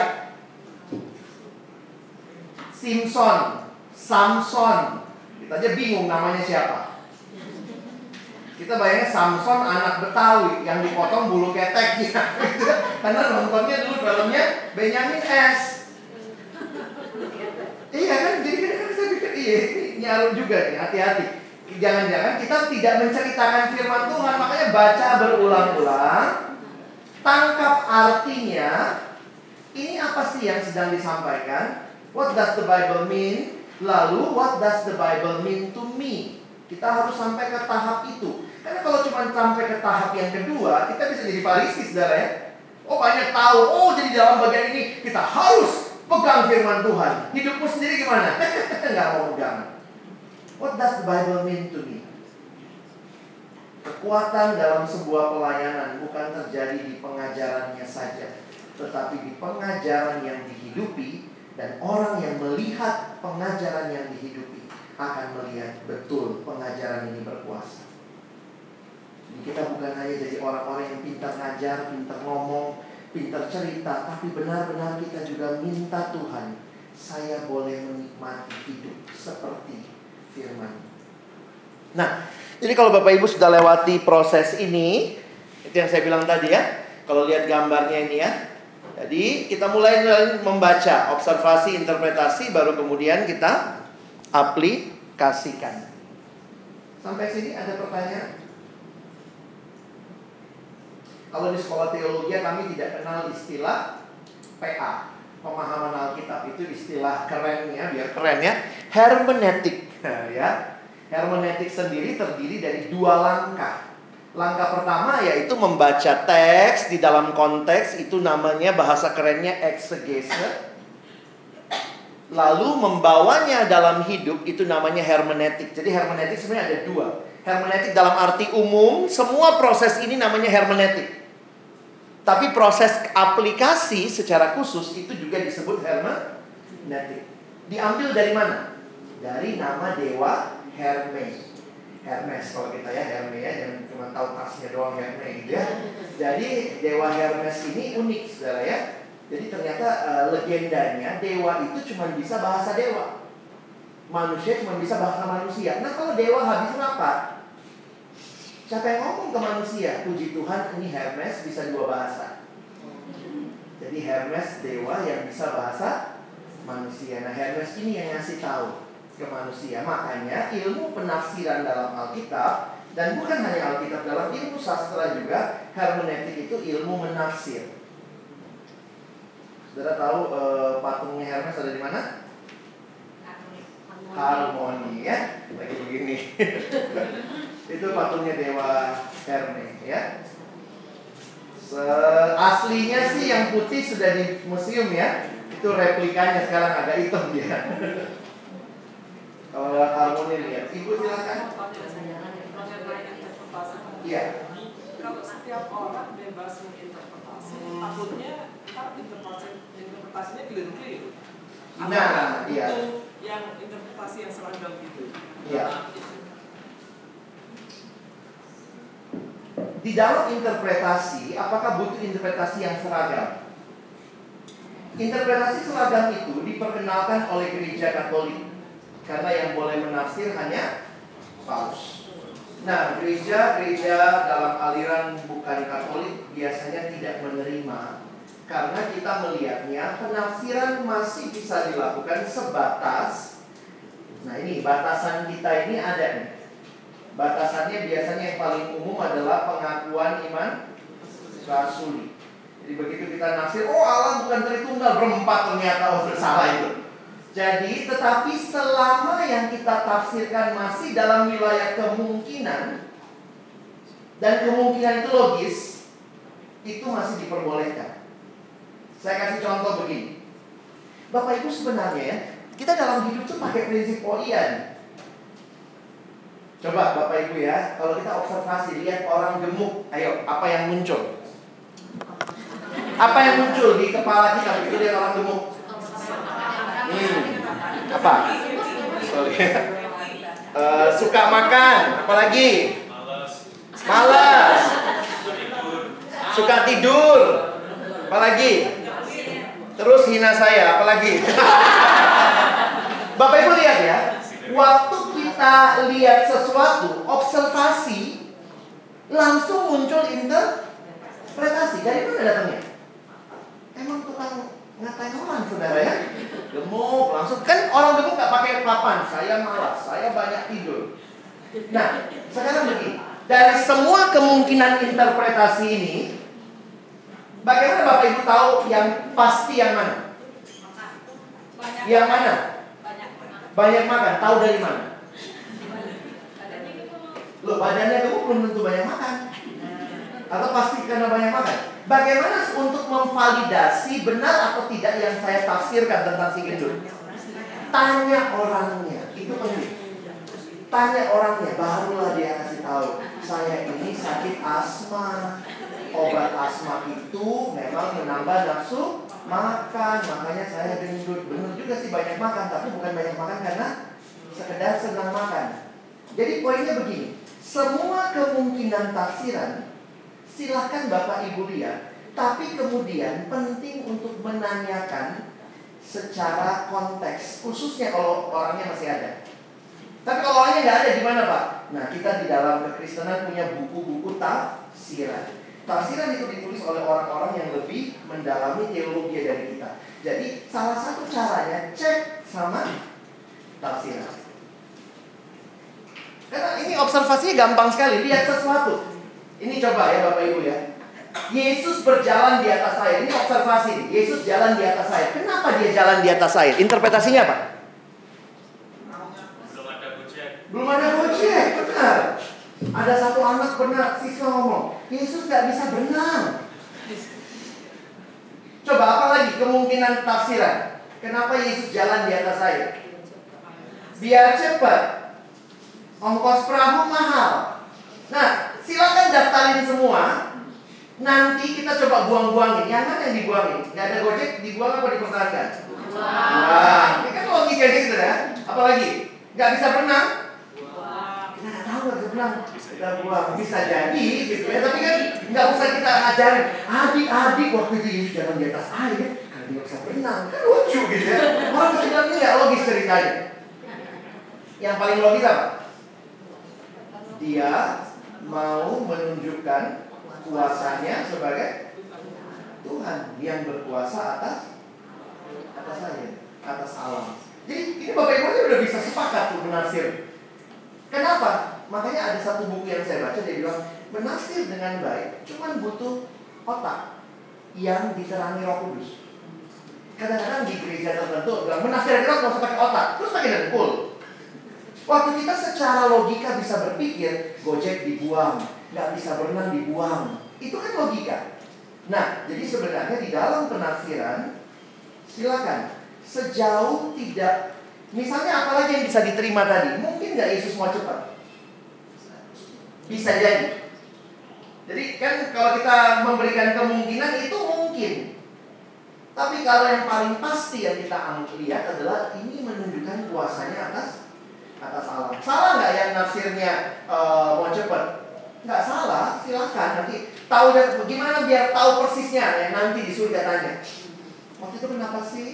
Simpson, Samson, kita aja bingung namanya siapa. Kita bayangin Samson anak Betawi yang dipotong bulu keteknya. Karena nontonnya dulu filmnya Benyamin S. Iya kan, jadi kadang-kadang saya pikir iya ini nyaru juga nih, hati-hati. Jangan-jangan kita tidak menceritakan firman Tuhan, makanya baca berulang-ulang, tangkap artinya. Ini apa sih yang sedang disampaikan? What does the Bible mean? Lalu what does the Bible mean to me? Kita harus sampai ke tahap itu. Karena kalau cuma sampai ke tahap yang kedua, kita bisa jadi Farisi, saudara ya. Oh banyak tahu, oh jadi dalam bagian ini kita harus pegang firman Tuhan. Hidupmu sendiri gimana? Nggak mau pegang. What does the Bible mean to me? Kekuatan dalam sebuah pelayanan bukan terjadi di pengajarannya saja, tetapi di pengajaran yang dihidupi. Dan orang yang melihat pengajaran yang dihidupi akan melihat betul pengajaran ini berkuasa. Jadi kita bukan hanya jadi orang-orang yang pintar ngajar, pintar ngomong, pintar cerita, tapi benar-benar kita juga minta Tuhan, saya boleh menikmati hidup seperti firman. Nah, Jadi kalau Bapak Ibu sudah lewati proses ini, itu yang saya bilang tadi ya. Kalau lihat gambarnya ini ya. Jadi kita mulai membaca, observasi, interpretasi, baru kemudian kita aplikasikan. Sampai sini ada pertanyaan? Kalau di sekolah teologi kami tidak kenal istilah P A, pemahaman Alkitab. Itu istilah kerennya, biar keren ya, hermeneutik ya. Hermeneutik sendiri terdiri dari dua langkah. Langkah pertama yaitu membaca teks di dalam konteks, itu namanya bahasa kerennya eksegese. Lalu membawanya dalam hidup, itu namanya hermeneutik. Jadi hermeneutik sebenarnya ada dua. Hermeneutik dalam arti umum, semua proses ini namanya hermeneutik. Tapi proses aplikasi secara khusus itu juga disebut hermeneutik. Diambil dari mana? Dari nama dewa Hermes. Hermes kalau kita ya, Hermes ya, jangan cuma tahu tasnya doang Hermes ya. Jadi dewa Hermes ini unik saudara ya. Jadi ternyata uh, legendanya dewa itu cuma bisa bahasa dewa, manusia cuma bisa bahasa manusia. Nah kalau dewa habis apa? Siapa yang ngomong ke manusia? Puji Tuhan ini Hermes bisa dua bahasa. Jadi Hermes dewa yang bisa bahasa manusia. Nah Hermes ini yang ngasih tahu ke manusia. Makanya ilmu penafsiran dalam Alkitab, dan bukan hanya Alkitab, dalam ilmu sastra juga, hermeneutik itu ilmu menafsir. Saudara tahu uh, patungnya Hermes ada di mana? Harmoni ya, lagi begini. Itu patungnya dewa Hermes ya. Aslinya sih yang putih sudah di museum ya. Itu replikanya sekarang agak hitam dia. Kalau Harmoni lihat, Ibu silakan. Iya. Kalau setiap orang bebas menginterpretasi, takutnya interpretasi interpretasinya keliru-keliru. Nah, iya. Itu yang interpretasi yang seragam itu. Iya. Di dalam interpretasi, apakah butuh interpretasi yang seragam? Interpretasi seragam itu diperkenalkan oleh gereja Katolik, karena yang boleh menafsir hanya paus. Nah, gereja-gereja dalam aliran bukan Katolik biasanya tidak menerima, karena kita melihatnya penafsiran masih bisa dilakukan sebatas. Nah ini batasan kita ini ada nih. Batasannya biasanya yang paling umum adalah pengakuan iman rasuli. Jadi begitu kita nafsir, oh Allah bukan Tritunggal, berempat ternyata, oh bersalah itu. Jadi tetapi selama yang kita tafsirkan masih dalam wilayah kemungkinan, dan kemungkinan itu logis, itu masih diperbolehkan. Saya kasih contoh begini. Bapak Ibu sebenarnya ya, kita dalam hidup tuh pakai prinsip Poian. Coba Bapak Ibu ya, kalau kita observasi, lihat orang gemuk, ayo apa yang muncul? Apa yang muncul di kepala kita begitu lihat orang gemuk? Hmm, apa? Sorry. uh, suka makan, apalagi? Malas. Suka tidur, apalagi? Terus hina saya, apalagi? Bapak Ibu lihat ya, waktu kita lihat sesuatu, observasi, langsung muncul interpretasi. Dari mana datangnya? Emang tukang ngatain orang saudara ya? Gemuk, langsung. Kan orang gemuk gak pakai papan. Saya malas, saya banyak tidur. Nah, sekarang begini. Dari semua kemungkinan interpretasi ini, bagaimana Bapak Ibu tahu yang pasti yang mana? Banyak. Yang mana? Banyak. Banyak makan. Tahu dari mana? Loh, badannya gemuk belum tentu banyak makan. Atau pasti karena banyak makan. Bagaimana untuk memvalidasi benar atau tidak yang saya tafsirkan tentang si gendut? Tanya orangnya, itu penting. Tanya orangnya, barulah dia kasih tahu. Saya ini sakit asma. Obat asma itu memang menambah nafsu makan, makanya saya gendut. Benar juga sih banyak makan, tapi bukan banyak makan karena sekedar senang makan. Jadi poinnya begini, semua kemungkinan tafsiran silahkan Bapak Ibu lihat, tapi kemudian penting untuk menanyakan secara konteks, khususnya kalau orangnya masih ada. Tapi kalau orangnya nggak ada, gimana Pak? Nah, kita di dalam kekristenan punya buku-buku tafsiran. Tafsiran itu ditulis oleh orang-orang yang lebih mendalami teologi dari kita. Jadi salah satu caranya cek sama tafsiran. Karena ini observasinya gampang sekali. Lihat sesuatu. Ini coba ya Bapak Ibu ya. Yesus berjalan di atas air. Ini observasi. Yesus jalan di atas air. Kenapa dia jalan di atas air? Interpretasinya apa? Belum ada Gojek. Belum ada Gojek, benar. Ada satu anak benar, siswa ngomong, Yesus gak bisa berenang. Coba apa lagi kemungkinan tafsiran? Kenapa Yesus jalan di atas air? Biar cepat. Ongkos perahu mahal. Nah, silakan daftarin semua. Nanti kita coba buang-buangin. Yang mana yang dibuangin? Gak ada Gojek, dibuang apa dipertahankan? Wah, ini kan logika gitu ya. Apalagi? Gak bisa berenang? Kita nggak tahu gak bisa berenang. Kita buang. Bisa jadi gitu ya. Tapi kan nggak usah kita ngajarin. Adik-adik waktu itu Yesus jalan di atas air karena dia bisa berenang. Kan lucu gitu ya. Orang pasti bilang ini nggak logis ceritanya. Yang paling logis apa? Dia mau menunjukkan kuasanya sebagai Tuhan yang berkuasa atas atas air, atas alam. Jadi ini Bapak Ibu udah bisa sepakat tuh menafsir. Kenapa? Makanya ada satu buku yang saya baca, dia bilang menafsir dengan baik cuman butuh otak yang diterangi Roh Kudus. Kadang-kadang di gereja tertentu bilang menafsir itu nggak usah pakai otak, terus pakai dengkul. Waktu kita secara logika bisa berpikir, Gojek dibuang, nggak bisa berenang dibuang, itu kan logika. Nah, jadi sebenarnya di dalam penafsiran, silakan sejauh tidak, misalnya apalagi yang bisa diterima tadi, mungkin nggak Yesus mau cepat? Bisa jadi. Jadi kan kalau kita memberikan kemungkinan itu mungkin. Tapi kalau yang paling pasti yang kita lihat adalah ini menunjukkan kuasanya atas atas alam. Salah nggak yang nafsirnya uh, mau cepat? Nggak salah, silakan nanti tahu dan bagaimana biar tahu persisnya ya nanti di surga tanya. Waktu itu kenapa sih?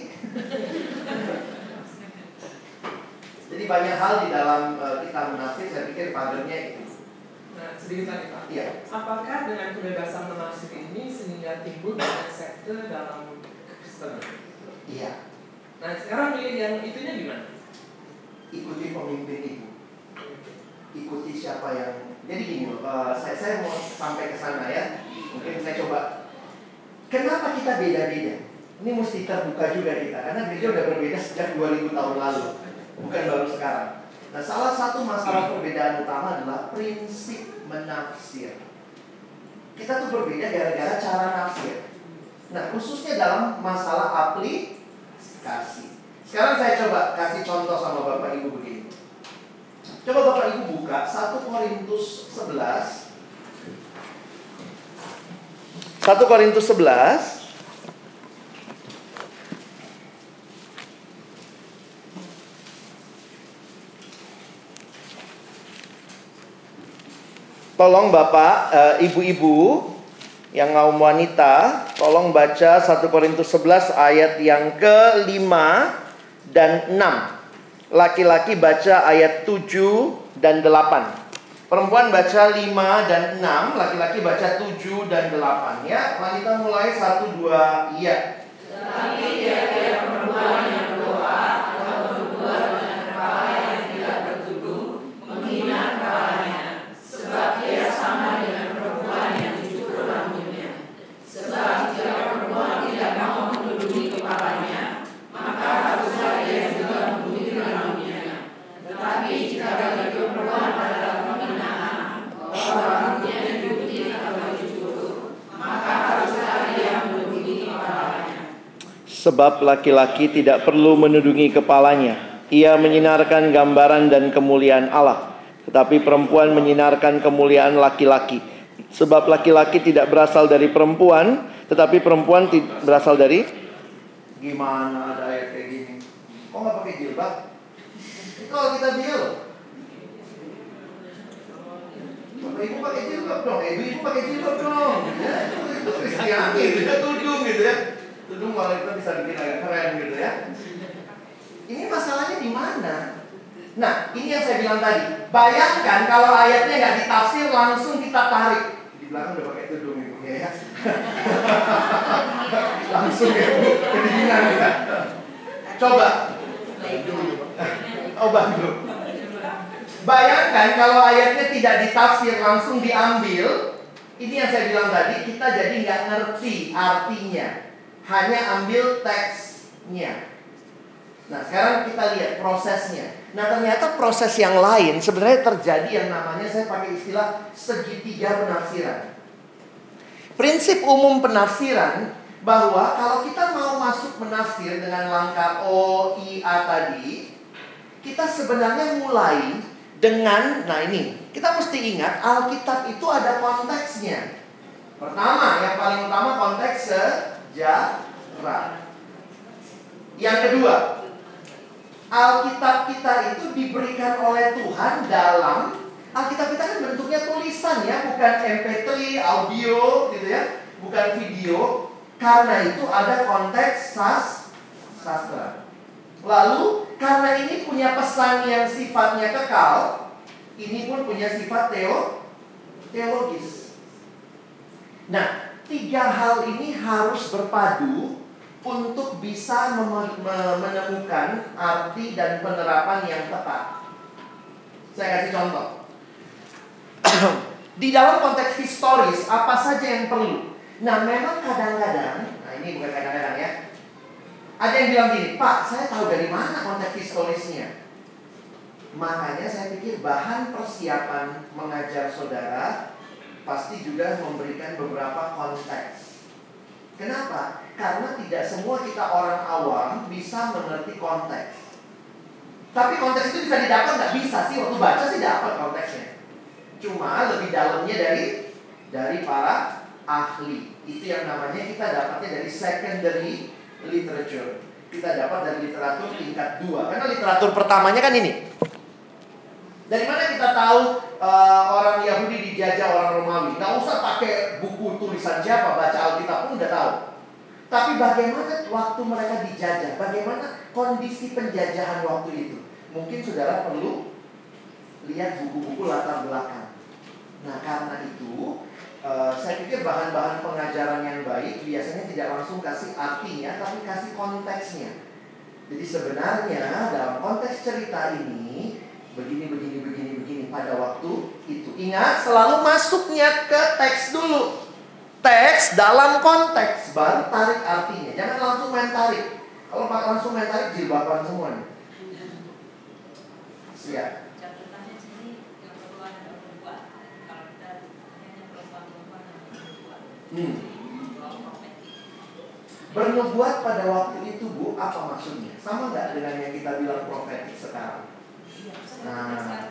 Jadi banyak hal di dalam uh, kita menafsir, saya pikir pagernya itu. Nah, sedikit lagi Pak. Iya. Apakah dengan kebebasan menafsir ini sehingga timbul banyak sekte dalam kekristenan? Iya. Nah, sekarang milih yang itunya gimana? Ikuti pemimpin itu. Ikuti siapa yang. Jadi gini loh, uh, saya, saya mau sampai ke sana ya. Mungkin saya coba. Kenapa kita beda-beda? Ini mesti terbuka juga kita, karena gereja udah berbeda sejak dua ribu tahun lalu, bukan baru sekarang. Nah, salah satu masalah perbedaan utama adalah prinsip menafsir. Kita tuh berbeda gara-gara cara nafsir. Nah, khususnya dalam masalah aplikasi. Sekarang saya coba kasih contoh sama Bapak Ibu begini. Coba Bapak Ibu buka satu Korintus sebelas. satu Korintus sebelas. Tolong Bapak, ibu-ibu yang kaum wanita, tolong baca satu Korintus sebelas ayat yang kelima dan enam. Laki-laki baca ayat tujuh dan delapan. Perempuan baca lima dan enam, laki-laki baca tujuh dan delapan. Ya, wanita mulai satu dua iya. Tetapi tiap-tiap perempuan yang berdoa atau berbuat dengan kepala yang tidak bertudung menghina kepalanya, sebab ia sama dengan perempuan yang dicukur rambutnya. Sebab jika perempuan tidak mau menundukkan kepalanya, maka haruslah ia juga menundukkan rambutnya. Tetapi jika bagi perempuan adalah penghinaan bahwa rambutnya digunting atau dicukur, maka haruslah ia menundukkan kepalanya. Sebab laki-laki tidak perlu menundungi kepalanya. Ia menyinarkan gambaran dan kemuliaan Allah. Tetapi perempuan menyinarkan kemuliaan laki-laki. Sebab laki-laki tidak berasal dari perempuan, tetapi perempuan berasal dari. Gimana ada ayat kayak gini? Kok nggak pakai jilbab? Itu kalau kita jil. Bapak Ibu pakai jilbab dong, ibu-ibu pakai jilbab dong. Ya, itu itu Kristiani, gitu ya, tudung gitu ya. Tudung kalau kita bisa bikin agak keren gitu ya. Ini masalahnya di mana? Nah, ini yang saya bilang tadi. Bayangkan kalau ayatnya nggak ditafsir, langsung kita tarik. Di belakang udah pakai tudung ibu ya. Langsung ya, kedinginan ya. Coba. Oh, bantu. Bayangkan kalau ayatnya tidak ditafsir, langsung diambil. Ini yang saya bilang tadi, kita jadi nggak ngerti artinya, hanya ambil teksnya. Nah, sekarang kita lihat prosesnya. Nah, ternyata proses yang lain sebenarnya terjadi yang namanya, saya pakai istilah segitiga penafsiran. Prinsip umum penafsiran bahwa kalau kita mau masuk menafsir dengan langkah O, I, A tadi, kita sebenarnya mulai dengan, nah ini, kita mesti ingat Alkitab itu ada konteksnya. Pertama, yang paling utama konteks sejarah. Yang kedua, Alkitab kita itu diberikan oleh Tuhan dalam, Alkitab kita kan bentuknya tulisan ya, bukan M P tiga, audio gitu ya, bukan video. Karena itu ada konteks sas, sastra. Lalu karena ini punya pesan yang sifatnya kekal, ini pun punya sifat teo, teologis. Nah, tiga hal ini harus berpadu untuk bisa menemukan arti dan penerapan yang tepat. Saya kasih contoh. Di dalam konteks historis, apa saja yang perlu? Nah, memang kadang-kadang, nah ini bukan kadang-kadang ya, ada yang bilang gini, Pak, saya tahu dari mana konteks historisnya. Makanya saya pikir bahan persiapan mengajar saudara pasti juga memberikan beberapa konteks. Kenapa? Karena tidak semua kita orang awam bisa mengerti konteks. Tapi konteks itu bisa didapat nggak? Bisa sih, waktu baca sih dapat konteksnya. Cuma lebih dalamnya dari dari para ahli. Itu yang namanya kita dapatnya dari secondary literature. Kita dapat dari literatur tingkat dua. Karena literatur pertamanya kan ini. Dari mana kita tahu uh, orang Yahudi dijajah orang Romawi? Nggak usah pakai buku tulisan siapa, baca Alkitab pun udah tahu. Tapi bagaimana waktu mereka dijajah? Bagaimana kondisi penjajahan waktu itu? Mungkin saudara perlu lihat buku-buku latar belakang. Nah, karena itu uh, saya pikir bahan-bahan pengajaran yang baik biasanya tidak langsung kasih artinya, tapi kasih konteksnya. Jadi sebenarnya dalam konteks cerita ini begini, begini, begini, begini pada waktu itu. Ingat, selalu masuknya ke teks dulu. Teks dalam konteks, baru tarik artinya. Jangan langsung main tarik. Kalau langsung main tarik, jilbaban semua nih. Siap. Catatannya sini yang perlu ada berbuat. Kalau kita hanya perempuan perempuan yang berbuat. Hmm. Bernubuat pada waktu itu, Bu, apa maksudnya? Sama nggak dengan yang kita bilang profetik sekarang? Nah,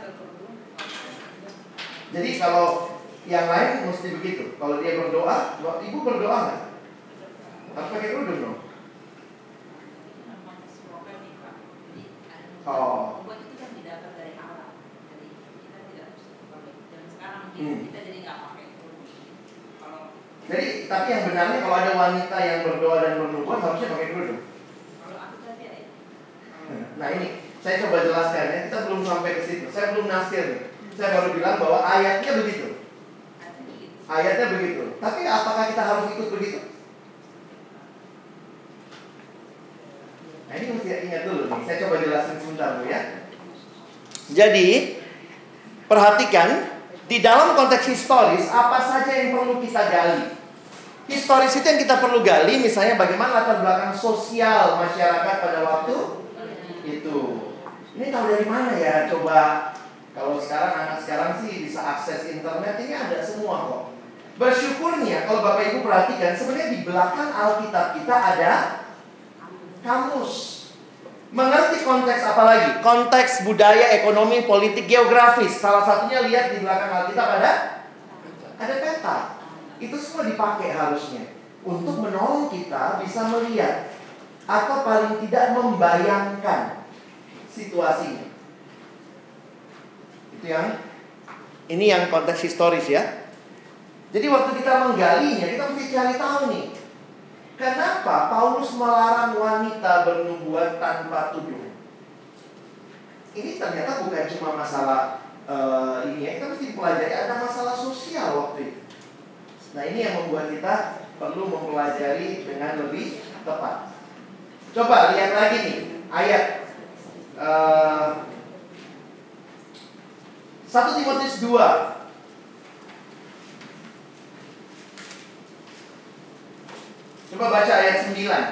jadi kalau yang lain mesti begitu. Kalau dia berdoa, ibu berdoa nggak? Harus pakai kerudung dong. Oh. Itu kan didapat dari Allah. Jadi kita tidak harus pakai. Dan sekarang Hmm. kita jadi nggak pakai kerudung. Kalau Jadi, tapi yang benarnya kalau ada wanita yang berdoa dan bernubuat harusnya pakai kerudung. kalau aku tadi ya. Nah ini, saya coba jelaskan ya. Kita belum sampai ke situ. Saya belum nasir nih. Saya baru bilang bahwa ayatnya begitu. Ayatnya begitu. Tapi apakah kita harus ikut begitu? Nah ini mesti ingat dulu nih. Saya coba jelasin sebentar Bu ya. Jadi, perhatikan di dalam konteks historis apa saja yang perlu kita gali. Historis itu yang kita perlu gali, misalnya bagaimana latar belakang sosial masyarakat pada waktu itu. Ini tahu dari mana ya? Coba, kalau sekarang anak sekarang sih bisa akses internet, ini ada semua kok. Bersyukurnya kalau Bapak Ibu perhatikan, sebenarnya di belakang Alkitab kita ada kamus. Mengerti konteks apa lagi? Konteks budaya, ekonomi, politik, geografis. Salah satunya lihat di belakang Alkitab ada ada peta. Itu semua dipakai harusnya untuk menolong kita bisa melihat atau paling tidak membayangkan situasinya. Itu yang ini yang konteks historis ya. Jadi waktu kita menggalinya, kita mesti cari tahu nih, kenapa Paulus melarang wanita bernubuat tanpa tudung? ini ternyata bukan cuma masalah uh, ini ya, kita mesti pelajari ada masalah sosial waktu itu. Nah ini yang membuat kita perlu mempelajari dengan lebih tepat. Coba lihat lagi nih ayat uh, satu Timotius dua. Coba baca ayat sembilan.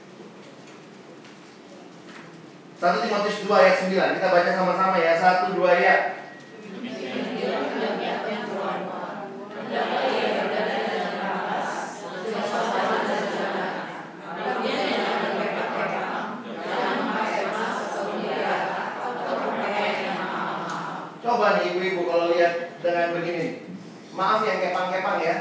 satu Timotius dua ayat sembilan. Kita baca sama-sama ya. satu dua ya. Coba nih ibu-ibu kalau lihat dengan begini. Maaf yang kepang-kepang ya.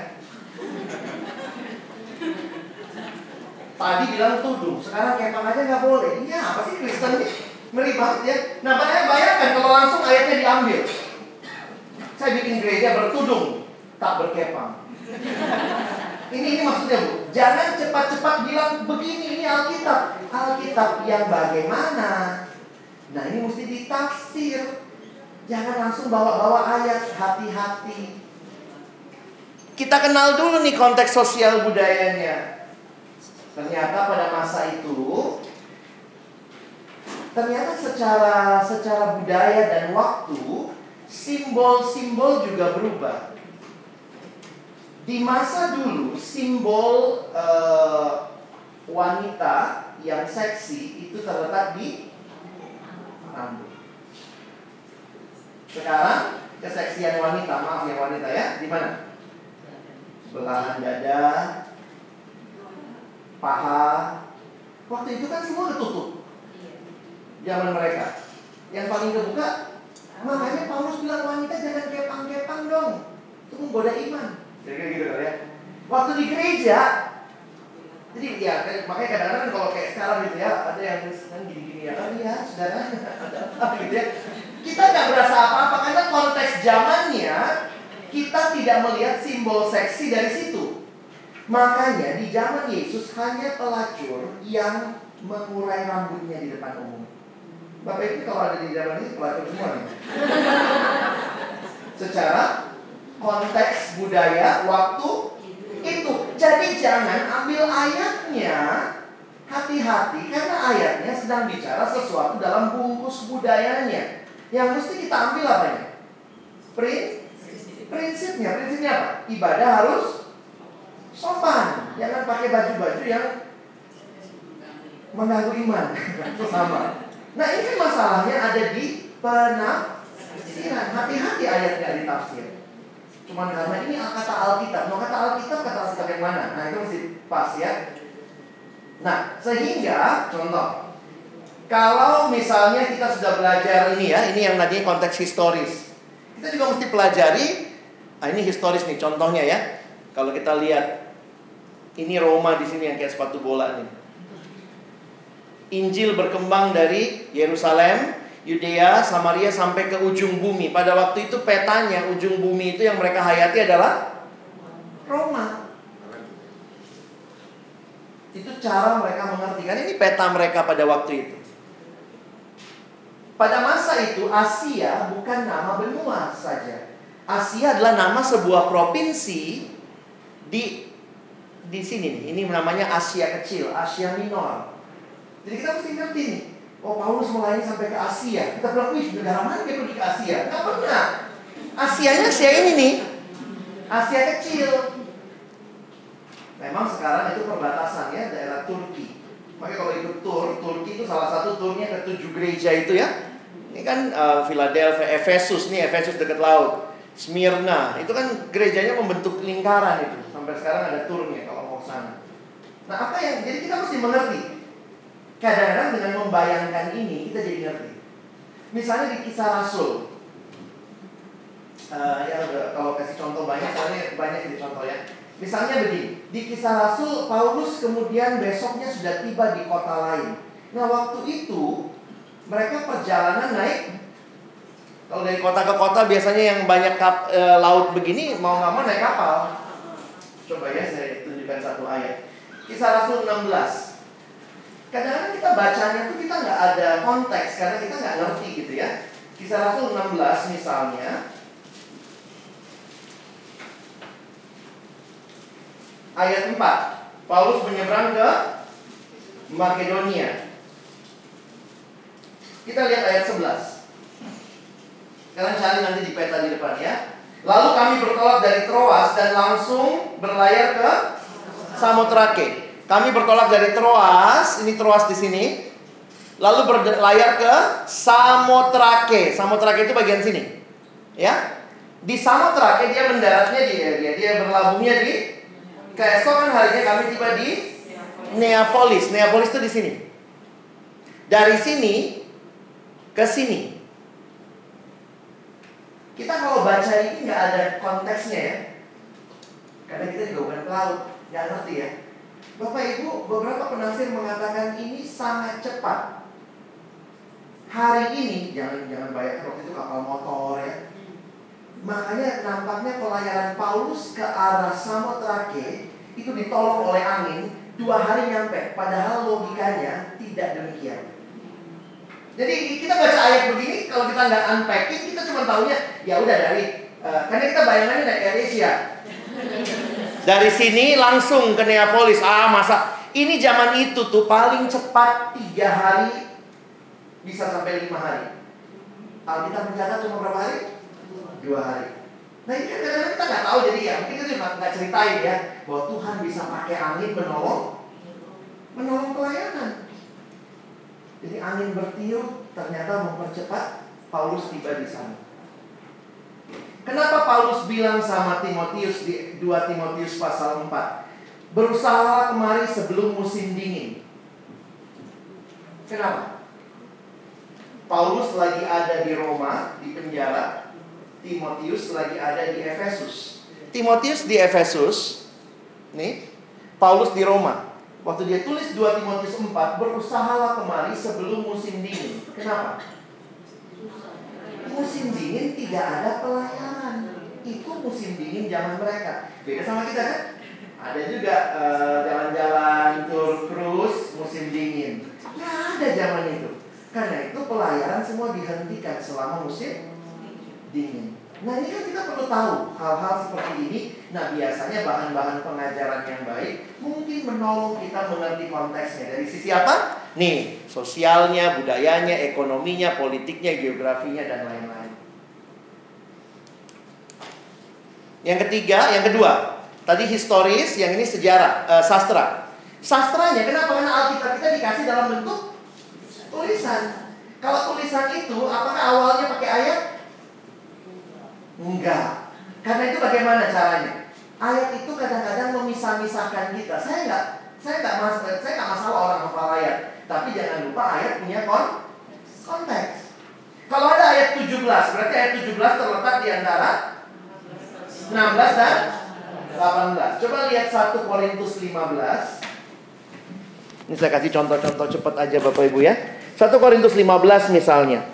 Tadi bilang tudung, sekarang kepang aja nggak boleh. Ini apa sih Kristen ini? Ngeri banget ya. Nah, makanya bayangkan kalau langsung ayatnya diambil. Saya bikin gereja bertudung, tak berkepang. Ini ini maksudnya Bu. Jangan cepat-cepat bilang begini, ini Alkitab. Alkitab yang bagaimana? Nah, ini mesti ditafsir. Jangan langsung bawa-bawa ayat, hati-hati. Kita kenal dulu nih konteks sosial budayanya. Ternyata pada masa itu, ternyata secara secara budaya dan waktu, simbol-simbol juga berubah. Di masa dulu, simbol uh, wanita yang seksi itu terletak di rambut. Sekarang keseksian wanita, maaf ya wanita ya, di mana? Belahan dada, paha. Waktu itu kan semua ketutup. Zaman mereka. Yang paling kebuka, makanya Paulus bilang wanita jangan kepang-kepang dong. Itu menggoda iman. Kira-kira gitu kan ya. Waktu di gereja, jadi ya makanya kadang-kadang kalau kayak sekarang gitu ya, ada yang kan gini-gini ya, kan ya saudara, ada apa gitu ya. Kita nggak berasa apa-apa karena konteks zamannya kita tidak melihat simbol seksi dari situ. Makanya di zaman Yesus hanya pelacur yang mengurai rambutnya di depan umum. Bapak Ibu kalau ada di zaman ini pelacur semua nih. Secara konteks budaya waktu itu. Jadi jangan ambil ayatnya, hati-hati karena ayatnya sedang bicara sesuatu dalam bungkus budayanya. Yang mesti kita ambil apanya? Prinsipnya, prinsipnya apa? Ibadah harus sopan, jangan pakai baju-baju yang mengganggu iman. Sama. Nah ini kan masalahnya ada di penafsiran. Hati-hati ayatnya ditafsir. Cuman karena ini kata Alkitab, mau kata Alkitab kata Alkitab yang mana? Nah itu mesti pas ya. Nah sehingga contoh, kalau misalnya kita sudah belajar ini ya, ini yang tadinya konteks historis, kita juga mesti pelajari. Ah ini historis nih contohnya ya. Kalau kita lihat, ini Roma di sini yang kayak sepatu bola nih. Injil berkembang dari Yerusalem, Yudea, Samaria sampai ke ujung bumi. Pada waktu itu petanya ujung bumi itu yang mereka hayati adalah Roma. Itu cara mereka mengerti. Kan ini peta mereka pada waktu itu. Pada masa itu Asia bukan nama benua saja. Asia adalah nama sebuah provinsi di di sini nih. Ini namanya Asia Kecil, Asia Minor. Jadi kita mesti ngerti nih. Oh Paulus melayani sampai ke Asia. Kita bilang, wih negara mana dia pergi ke Asia? Nggak pernah. Asianya Asia ini nih, Asia Kecil. Memang sekarang itu perbatasan ya, daerah Turki. Makanya kalau ikut tur, Turki itu salah satu turnya ke tujuh gereja itu ya. Ini kan uh, Philadelphia, Efesus nih, Efesus dekat laut. Smyrna, itu kan gerejanya membentuk lingkaran itu. Sampai sekarang ada turnya kalau mau sana. Nah apa yang, jadi kita mesti mengerti. Kadang-kadang dengan membayangkan ini, kita jadi ngerti. Misalnya di Kisah Rasul. Uh, ya udah, kalau kasih contoh banyak, soalnya banyak ini contoh ya. Misalnya begini, di Kisah Rasul, Paulus kemudian besoknya sudah tiba di kota lain. Nah waktu itu, mereka perjalanan naik. Kalau dari kota ke kota biasanya yang banyak kap, e, laut begini, mau nggak mau naik kapal. Coba ya saya tunjukkan satu ayat. Kisah Rasul enam belas. kadang-kadang kita bacanya tuh kita nggak ada konteks karena kita nggak ngerti gitu ya. Kisah Rasul enam belas misalnya. Ayat empat. Paulus menyeberang ke Makedonia. Kita lihat ayat sebelas. Kalian cari nanti di peta di depan ya. Lalu kami bertolak dari Troas dan langsung berlayar ke Samotrake. Kami bertolak dari Troas, ini Troas di sini. Lalu berlayar ke Samotrake. Samotrake itu bagian sini. Ya. Di Samotrake dia mendaratnya di dia dia berlabuhnya di keesokan harinya kami tiba di Neapolis. Neapolis itu di sini. Dari sini ke sini. Kita kalau baca ini nggak ada konteksnya ya. Karena kita juga bukan pelaut, nggak ngerti ya. Bapak Ibu, beberapa penafsir mengatakan ini sangat cepat. Hari ini, jangan jangan bayangkan waktu itu kapal motor ya. Makanya nampaknya pelayaran Paulus ke arah Samotrake itu ditolong oleh angin, dua hari nyampe. Padahal logikanya tidak demikian. Jadi kita baca ayat begini, kalau kita nggak unpacking, kita cuma taunya ya udah dari, uh, karena kita bayangannya dari Asia. Dari sini langsung ke Neapolis. Ah masa ini zaman itu tuh paling cepat tiga hari bisa sampai lima hari. Alkitab mencatat cuma berapa hari? Dua hari. Nah ini kan kadang-kadang kita nggak tahu, jadi ya mungkin kita juga nggak ceritain ya bahwa Tuhan bisa pakai angin menolong, menolong pelayanan. Jadi angin bertiup ternyata mempercepat Paulus tiba di sana. Kenapa Paulus bilang sama Timotius di dua Timotius pasal empat, berusahalah kemari sebelum musim dingin. Kenapa? Paulus lagi ada di Roma, di penjara. Timotius lagi ada di Efesus. Timotius di Efesus. Nih, Paulus di Roma. Waktu dia tulis dua Timotius empat, berusahalah kemari sebelum musim dingin. Kenapa? Musim dingin tidak ada pelayanan. Itu musim dingin zaman mereka. Beda sama kita kan? Ada juga uh, jalan-jalan, tour cruise musim dingin. Nggak ada zaman itu. Karena itu pelayaran semua dihentikan selama musim dingin. Nah ini kan kita perlu tahu hal-hal seperti ini. Nah biasanya bahan-bahan pengajaran yang baik mungkin menolong kita mengerti konteksnya. Dari sisi apa? Nih, sosialnya, budayanya, ekonominya, politiknya, geografinya, dan lain-lain. Yang ketiga, yang kedua, tadi historis, yang ini sejarah, uh, sastra. Sastranya, kenapa? Karena Alkitab kita dikasih dalam bentuk tulisan. Kalau tulisan itu, apakah awalnya pakai ayat? Enggak. Karena itu bagaimana caranya? Ayat itu kadang-kadang memisah-misahkan kita. Saya nggak, saya nggak masalah, saya nggak masalah orang hafal ayat. Tapi jangan lupa ayat punya kon konteks. Kalau ada ayat tujuh belas, berarti ayat tujuh belas terletak di antara enam belas dan delapan belas. Coba lihat satu Korintus lima belas. Ini saya kasih contoh-contoh cepat aja Bapak Ibu ya. satu Korintus lima belas misalnya.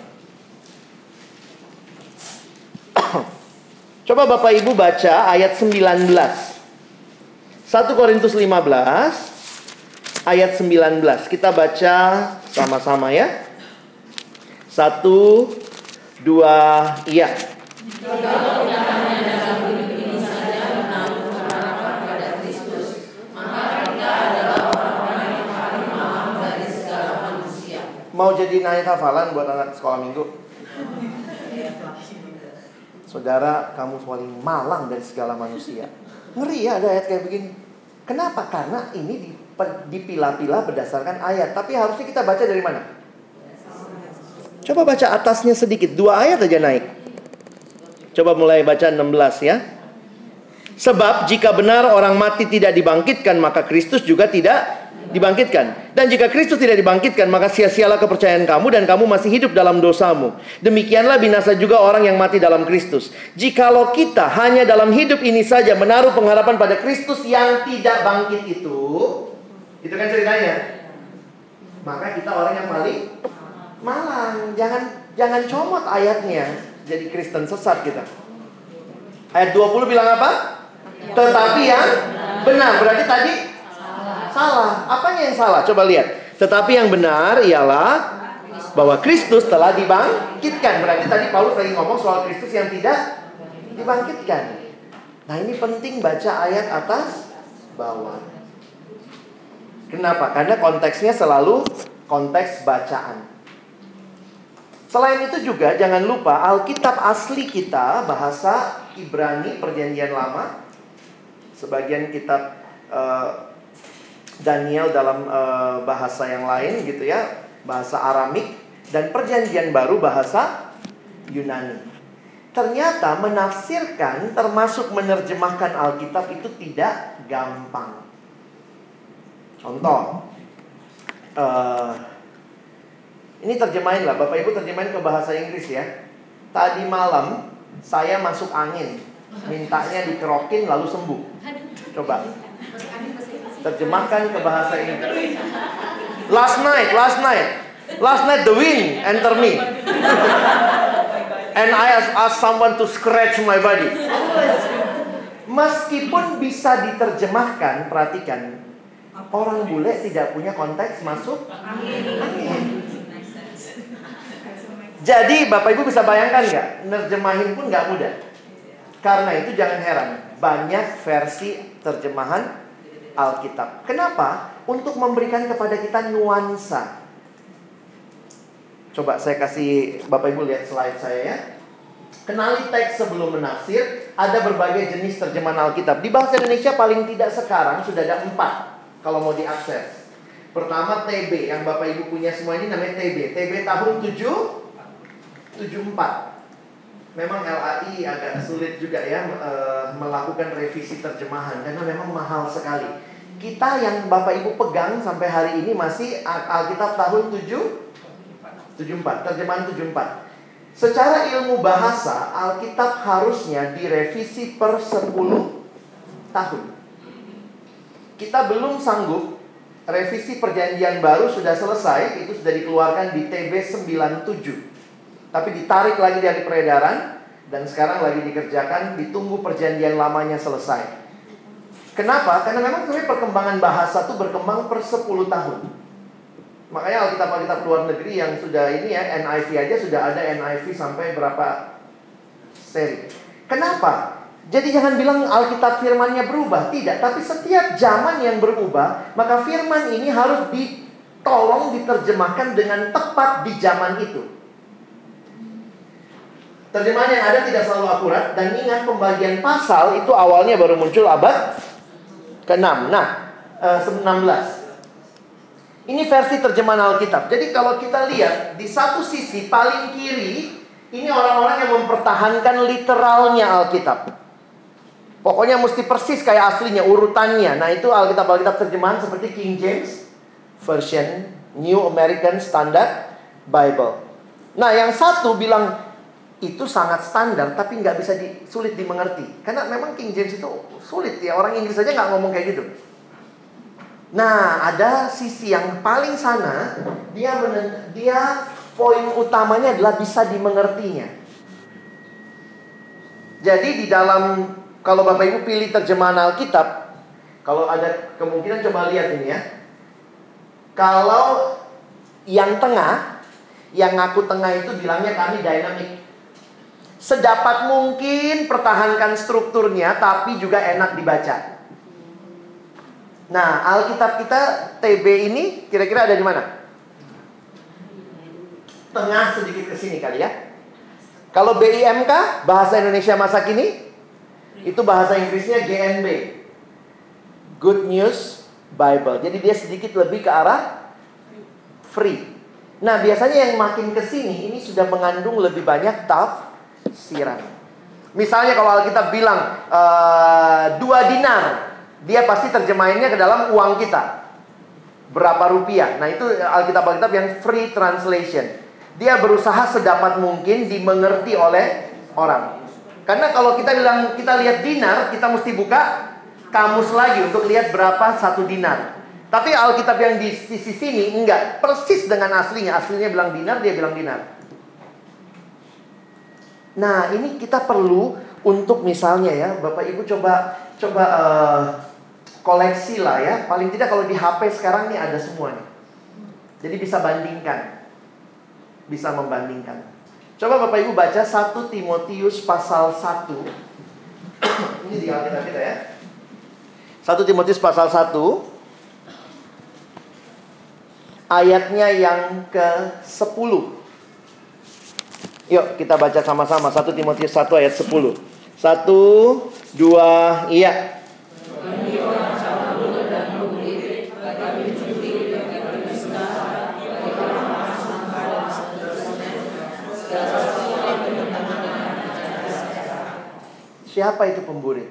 Coba Bapak Ibu baca ayat sembilan belas. satu Korintus lima belas ayat sembilan belas. Kita baca sama-sama ya. Satu, dua, iya. Mau jadi naik hafalan buat anak sekolah minggu? Saudara, kamu paling malang dari segala manusia. Ngeri ya ada ayat kayak begini. Kenapa? Karena ini dipilah-pilah berdasarkan ayat. Tapi harusnya kita baca dari mana? Coba baca atasnya sedikit. Dua ayat aja naik. Coba mulai baca enam belas ya. Sebab jika benar orang mati tidak dibangkitkan, maka Kristus juga tidak dibangkitkan. Dan jika Kristus tidak dibangkitkan, maka sia-sialah kepercayaan kamu dan kamu masih hidup dalam dosamu. Demikianlah binasa juga orang yang mati dalam Kristus. Jikalau kita hanya dalam hidup ini saja menaruh pengharapan pada Kristus yang tidak bangkit itu, itu kan ceritanya, maka kita orang yang paling malang. Jangan jangan comot ayatnya jadi Kristen sesat kita. Ayat dua puluh bilang apa? Tetapi yang benar. Berarti tadi salah. Apanya yang salah? Coba lihat. Tetapi yang benar ialah bahwa Kristus telah dibangkitkan. Berarti tadi Paulus lagi ngomong soal Kristus yang tidak dibangkitkan. Nah, ini penting baca ayat atas bawah. Kenapa? Karena konteksnya selalu konteks bacaan. Selain itu juga jangan lupa Alkitab asli kita, bahasa Ibrani Perjanjian Lama, sebagian kitab uh, Daniel dalam uh, bahasa yang lain gitu ya, bahasa Aramik, dan Perjanjian Baru bahasa Yunani. Ternyata menafsirkan termasuk menerjemahkan Alkitab itu tidak gampang. Contoh, uh, ini terjemahin lah, Bapak Ibu terjemahin ke bahasa Inggris ya. Tadi malam saya masuk angin, mintanya dikerokin lalu sembuh. Coba terjemahkan ke bahasa Inggris. Last night, last night, last night the wind enter me, and I ask someone to scratch my body. Meskipun bisa diterjemahkan, perhatikan, orang bule tidak punya konteks masuk angin. Jadi Bapak Ibu bisa bayangkan nggak, nerjemahin pun nggak mudah. Karena itu jangan heran, banyak versi terjemahan Alkitab. Kenapa? Untuk memberikan kepada kita nuansa. Coba saya kasih Bapak Ibu lihat slide saya ya. Kenali teks sebelum menafsir. Ada berbagai jenis terjemahan Alkitab. Di bahasa Indonesia paling tidak sekarang sudah ada empat kalau mau diakses. Pertama T B, yang Bapak Ibu punya semua ini namanya T B. T B tahun tujuh tujuh empat. Memang L A I agak sulit juga ya e, melakukan revisi terjemahan karena memang mahal sekali. Kita yang Bapak Ibu pegang sampai hari ini masih Alkitab tahun tujuh tujuh empat, terjemahan tujuh empat. Secara ilmu bahasa, Alkitab harusnya direvisi per sepuluh tahun. Kita belum sanggup. Revisi Perjanjian Baru sudah selesai, itu sudah dikeluarkan di T B sembilan tujuh. Tapi ditarik lagi dari peredaran dan sekarang lagi dikerjakan, ditunggu Perjanjian Lamanya selesai. Kenapa? Karena memang sebenarnya perkembangan bahasa itu berkembang per sepuluh tahun. Makanya Alkitab-Alkitab luar negeri yang sudah ini ya, N I V aja sudah ada N I V sampai berapa seri. Kenapa? Jadi jangan bilang Alkitab firmannya berubah. Tidak, tapi setiap zaman yang berubah, maka firman ini harus ditolong diterjemahkan dengan tepat di zaman itu. Terjemahan yang ada tidak selalu akurat. Dan ingat, pembagian pasal itu awalnya baru muncul abad keenam. Nah, enam belas. Ini versi terjemahan Alkitab. Jadi kalau kita lihat, di satu sisi paling kiri, ini orang-orang yang mempertahankan literalnya Alkitab. Pokoknya mesti persis kayak aslinya, urutannya. Nah, itu Alkitab-Alkitab terjemahan seperti King James Version, New American Standard Bible. Nah, yang satu bilang itu sangat standar, tapi nggak bisa di, sulit dimengerti. Karena memang King James itu sulit ya, orang Inggris aja nggak ngomong kayak gitu. Nah, ada sisi yang paling sana, dia menen, dia poin utamanya adalah bisa dimengertinya. Jadi di dalam, kalau Bapak Ibu pilih terjemahan Alkitab, kalau ada kemungkinan coba lihat ini ya. Kalau yang tengah, yang ngaku tengah itu bilangnya kami dynamic. Sedapat mungkin pertahankan strukturnya, tapi juga enak dibaca. Nah, Alkitab kita T B ini kira-kira ada di mana? Tengah sedikit ke sini kali ya. Kalau B I M K, bahasa Indonesia masa kini, itu bahasa Inggrisnya G N B, Good News Bible. Jadi dia sedikit lebih ke arah free. Nah, biasanya yang makin ke sini ini sudah mengandung lebih banyak tafsiran. Misalnya kalau Alkitab bilang uh, dua dinar, dia pasti terjemahinnya ke dalam uang kita. Berapa rupiah? Nah, itu Alkitab-Alkitab yang free translation. Dia berusaha sedapat mungkin dimengerti oleh orang. Karena kalau kita bilang kita lihat dinar, kita mesti buka kamus lagi untuk lihat berapa satu dinar. Tapi Alkitab yang di sisi sini enggak, persis dengan aslinya. Aslinya bilang dinar, dia bilang dinar. Nah, ini kita perlu untuk misalnya ya, Bapak Ibu coba coba uh, koleksi lah ya. Paling tidak kalau di H P sekarang nih ada semua nih. Jadi bisa bandingkan. Bisa membandingkan. Coba Bapak Ibu baca satu Timotius pasal satu. Ini di Alkitab kita ya. satu Timotius pasal satu. Ayatnya yang ke sepuluh. Yuk kita baca sama-sama. satu Timotius satu ayat sepuluh. satu, dua, iya. Siapa itu pemburi?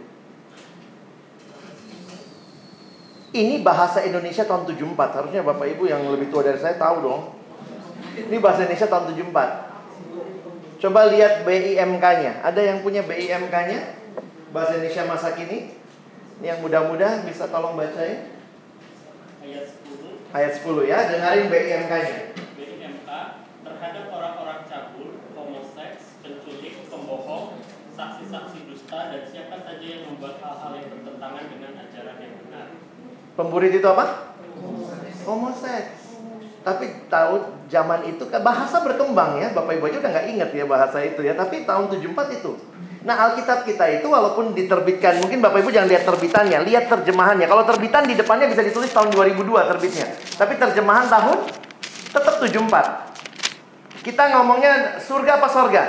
Ini bahasa Indonesia tahun tujuh puluh empat. Harusnya Bapak Ibu yang lebih tua dari saya tahu dong. Ini bahasa Indonesia tahun tujuh puluh empat. Coba lihat B I M K-nya. Ada yang punya B I M K-nya? Bahasa Indonesia masa kini. Yang muda-muda bisa tolong bacain. Ayat sepuluh. Ayat sepuluh ya. Dengarin B I M K-nya. B I M K terhadap orang-orang cabul, homoseks, penculik, pembohong, saksi-saksi dusta, dan siapa saja yang membuat hal-hal yang bertentangan dengan ajaran yang benar. Pemburit itu apa? Homoseks. Tapi tahu zaman itu bahasa berkembang ya. Bapak Ibu aja udah nggak ingat ya bahasa itu ya. Tapi tahun tujuh puluh empat itu. Nah Alkitab kita itu walaupun diterbitkan, mungkin Bapak Ibu jangan lihat terbitannya, lihat terjemahannya. Kalau terbitan di depannya bisa ditulis tahun dua ribu dua terbitnya. Tapi terjemahan tahun tetap tujuh puluh empat. Kita ngomongnya surga apa sorga?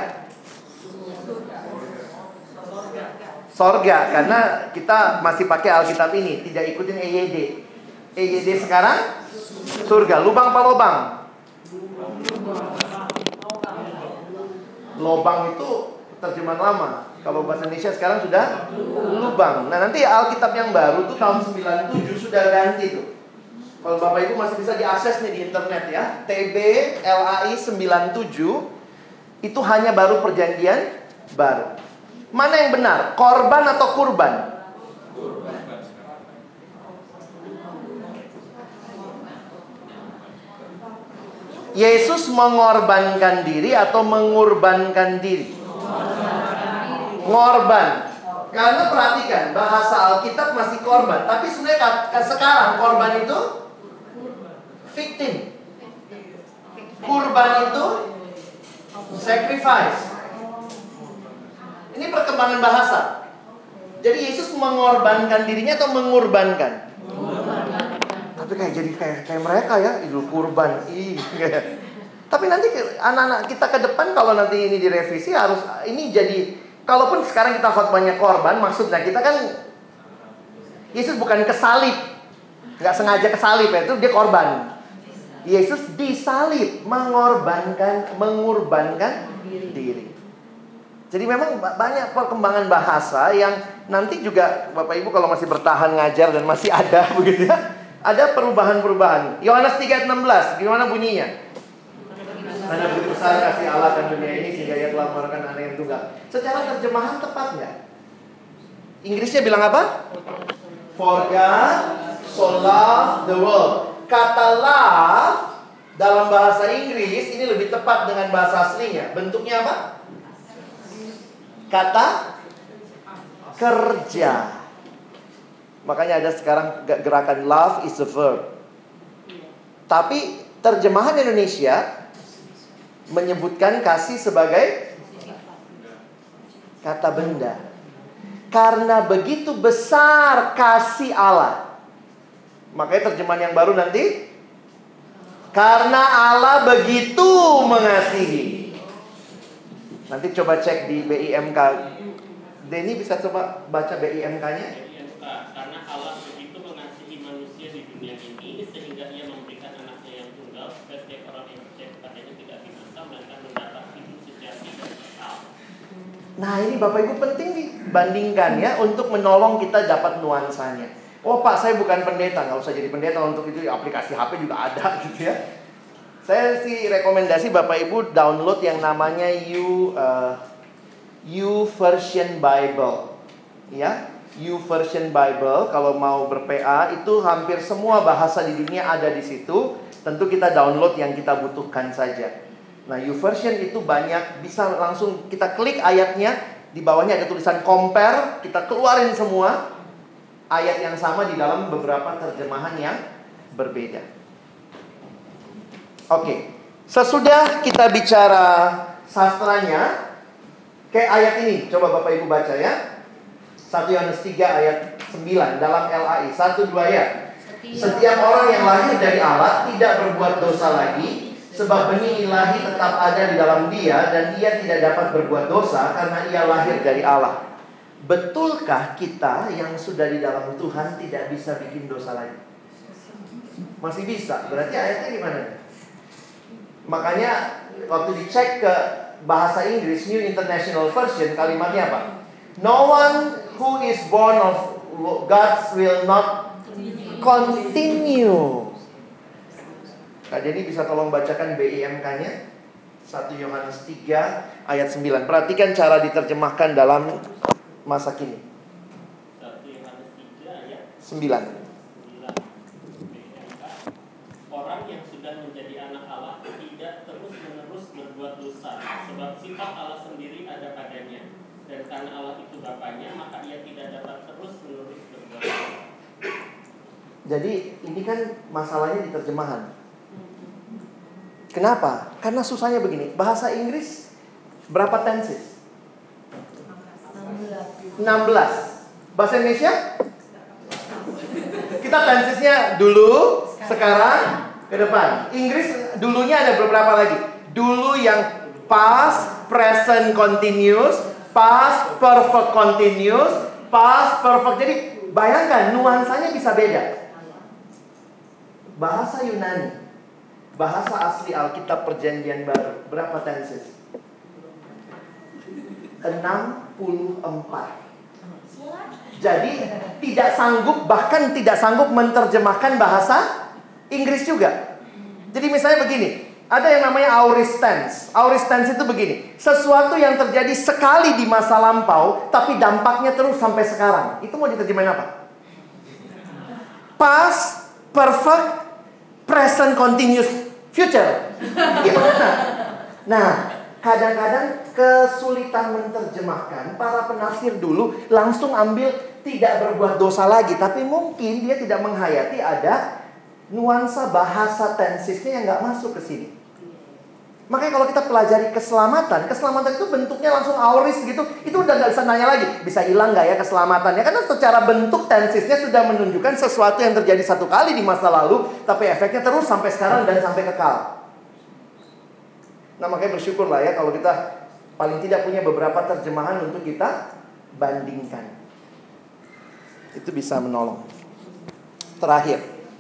Sorga, karena kita masih pakai Alkitab ini, tidak ikutin E Y D. E Y D sekarang surga. Lubang apa lobang? Lobang itu terjemahan lama. Kalau bahasa Indonesia sekarang sudah lubang. Nah nanti Alkitab yang baru tuh tahun sembilan puluh tujuh sudah ganti tuh. Kalau Bapak Ibu masih bisa diakses nih di internet ya. T B L A I sembilan puluh tujuh itu hanya baru perjanjian baru. Mana yang benar? Korban atau kurban? Yesus mengorbankan diri atau mengorbankan diri? Ngorban. Karena perhatikan, bahasa Alkitab masih korban. Tapi sebenarnya sekarang korban itu victim. Kurban itu sacrifice. Ini perkembangan bahasa. Jadi Yesus mengorbankan dirinya atau mengorbankan? Tapi kayak jadi kayak kayak mereka ya, idul kurban. Ih. Tapi nanti anak-anak kita ke depan kalau nanti ini direvisi harus ini jadi, kalaupun sekarang kita khotbahnya korban, maksudnya kita kan Yesus bukan kesalib. Nggak sengaja kesalib ya, itu dia korban. Yesus disalib, mengorbankan, mengorbankan diri. Jadi memang banyak perkembangan bahasa yang nanti juga Bapak Ibu kalau masih bertahan ngajar dan masih ada begitu ya, ada perubahan-perubahan. Yohanes tiga ayat enam belas, gimana bunyinya? Karena begitu besar kasih Allah akan dunia ini sehingga Ia telah mengeluarkan Anak yang tunggal. Secara terjemahan tepat nggak? Inggrisnya bilang apa? For God so loved the world. Kata love dalam bahasa Inggris ini lebih tepat dengan bahasa aslinya. Bentuknya apa? Kata kerja. Makanya ada sekarang gerakan love is a verb. Tapi terjemahan Indonesia menyebutkan kasih sebagai kata benda. Karena begitu besar kasih Allah. Makanya terjemahan yang baru nanti, karena Allah begitu mengasihi. Nanti coba cek di B I M K. Denny bisa coba baca B I M K-nya? B I M K, karena Allah begitu mengasihi manusia di dunia ini sehingga Ia memberikan Anaknya yang tunggal supaya setiap orang yang percaya kepadanya tidak binasa melainkan mendapat hidup sejati dan kekal. Nah ini Bapak Ibu penting dibandingkan ya, untuk menolong kita dapat nuansanya. Oh Pak, saya bukan pendeta, nggak usah jadi pendeta untuk itu. Aplikasi H P juga ada gitu ya. Saya sih rekomendasi Bapak Ibu download yang namanya U uh, YouVersion Bible, ya. YouVersion Bible kalau mau ber-P A itu hampir semua bahasa di dunia ada di situ. Tentu kita download yang kita butuhkan saja. Nah YouVersion itu banyak, bisa langsung kita klik ayatnya, di bawahnya ada tulisan compare, kita keluarin semua ayat yang sama di dalam beberapa terjemahan yang berbeda. Oke, sesudah kita bicara sastranya, kayak ayat ini, coba Bapak Ibu baca ya. satu Yohanes tiga ayat sembilan dalam L A I. Satu dua ya. Setiap orang yang lahir dari Allah tidak berbuat dosa lagi, sebab benih ilahi tetap ada di dalam dia, dan dia tidak dapat berbuat dosa karena ia lahir dari Allah. Betulkah kita yang sudah di dalam Tuhan tidak bisa bikin dosa lagi? Masih bisa. Berarti ayatnya gimana? Makanya waktu dicek ke bahasa Inggris New International Version, kalimatnya apa? No one who is born of God will not continue. Kak Jenny bisa tolong bacakan B I M K-nya? satu Yohanes tiga ayat sembilan. Perhatikan cara diterjemahkan dalam masa kini. satu Yohanes tiga ayat sembilan. sembilan. B M K. Orang yang sudah menjadi anak Allah tidak terus-menerus berbuat dosa, sebab sifat Allah sendiri ada padanya. Dan karena Allah itu Bapaknya, maka ia tidak dapat terus-menerus berbuat dosa. Jadi ini kan masalahnya di terjemahan. Kenapa? Karena susahnya begini. Bahasa Inggris berapa tenses? enam belas. Bahasa Indonesia? Kita tensesnya dulu, sekarang, ke depan. Inggris dulunya ada beberapa lagi. Dulu yang past, present continuous, past perfect continuous, past perfect. Jadi bayangkan nuansanya bisa beda. Bahasa Yunani, bahasa asli Alkitab Perjanjian Baru, berapa tenses? enam puluh empat. Jadi tidak sanggup, bahkan tidak sanggup menerjemahkan bahasa Inggris juga. Jadi misalnya begini, ada yang namanya aorist tense. Aorist tense itu begini, sesuatu yang terjadi sekali di masa lampau, tapi dampaknya terus sampai sekarang. Itu mau diterjemahin apa? Past, perfect, present continuous, future. Gimana? Nah, kadang-kadang kesulitan menerjemahkan. Para penafsir dulu langsung ambil tidak berbuat dosa lagi, tapi mungkin dia tidak menghayati ada nuansa bahasa tensesnya yang nggak masuk ke sini. Makanya kalau kita pelajari keselamatan, keselamatan itu bentuknya langsung aorist gitu, itu udah nggak bisa nanya lagi, bisa hilang nggak ya keselamatannya? Karena secara bentuk tensesnya sudah menunjukkan sesuatu yang terjadi satu kali di masa lalu, tapi efeknya terus sampai sekarang dan sampai kekal. Nah makanya bersyukurlah ya kalau kita paling tidak punya beberapa terjemahan untuk kita bandingkan. Itu bisa menolong. Terakhir.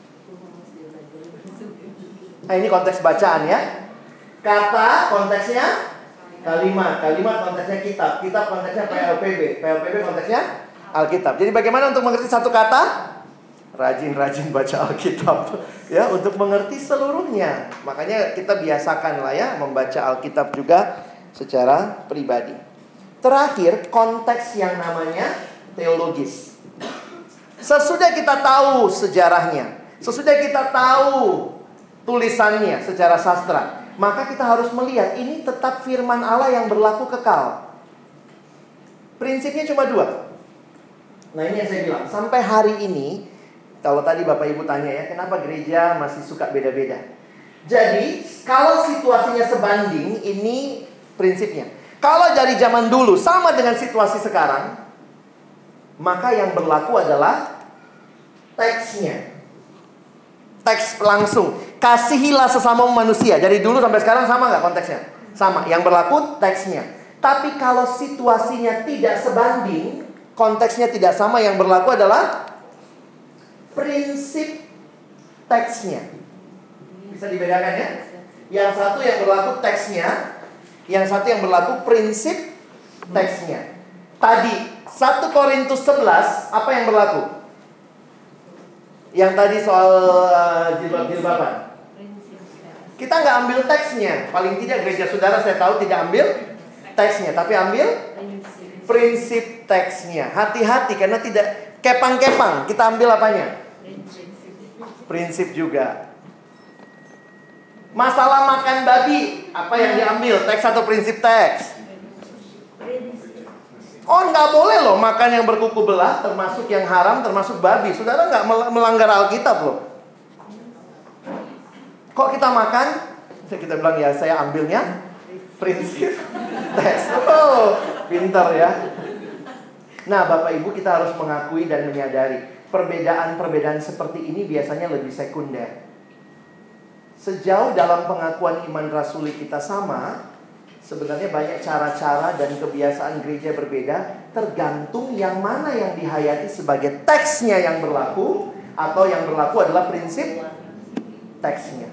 Nah ini konteks bacaan ya. Kata konteksnya kalimat, kalimat konteksnya kitab, kitab konteksnya P L P B, P L P B konteksnya Alkitab. Jadi bagaimana untuk mengerti satu kata? Rajin-rajin baca Alkitab ya, untuk mengerti seluruhnya. Makanya kita biasakan lah ya membaca Alkitab juga secara pribadi. Terakhir, konteks yang namanya teologis. Sesudah kita tahu sejarahnya, sesudah kita tahu tulisannya secara sastra, maka kita harus melihat ini tetap firman Allah yang berlaku kekal. Prinsipnya cuma dua. Nah ini yang saya bilang, sampai hari ini, kalau tadi Bapak Ibu tanya ya, kenapa gereja masih suka beda-beda? Jadi, kalau situasinya sebanding, ini prinsipnya. Kalau dari zaman dulu sama dengan situasi sekarang, maka yang berlaku adalah teksnya. Teks langsung. Kasihilah sesama manusia. Dari dulu sampai sekarang sama nggak konteksnya? Sama. Yang berlaku teksnya. Tapi kalau situasinya tidak sebanding, konteksnya tidak sama, yang berlaku adalah prinsip teksnya. Bisa dibedakan ya? Yang satu yang berlaku teksnya, yang satu yang berlaku prinsip teksnya. Tadi satu Korintus sebelas, apa yang berlaku? Yang tadi soal uh, jilbab-jilbaban. Kita nggak ambil teksnya. Paling tidak gereja saudara saya tahu tidak ambil teksnya, tapi ambil prinsip teksnya. Hati-hati karena tidak kepang-kepang. Kita ambil apanya? Prinsip juga. Masalah makan babi, apa yang diambil? Teks atau prinsip teks? Oh nggak boleh loh makan yang berkuku belah, termasuk yang haram, termasuk babi. Saudara nggak melanggar Alkitab loh. Kok kita makan? Kita bilang ya saya ambilnya prinsip teks. Oh, pintar ya. Nah Bapak Ibu, kita harus mengakui dan menyadari perbedaan-perbedaan seperti ini biasanya lebih sekunder. Sejauh dalam pengakuan iman rasuli kita sama, sebenarnya banyak cara-cara dan kebiasaan gereja berbeda, tergantung yang mana yang dihayati sebagai teksnya yang berlaku, atau yang berlaku adalah prinsip teksnya.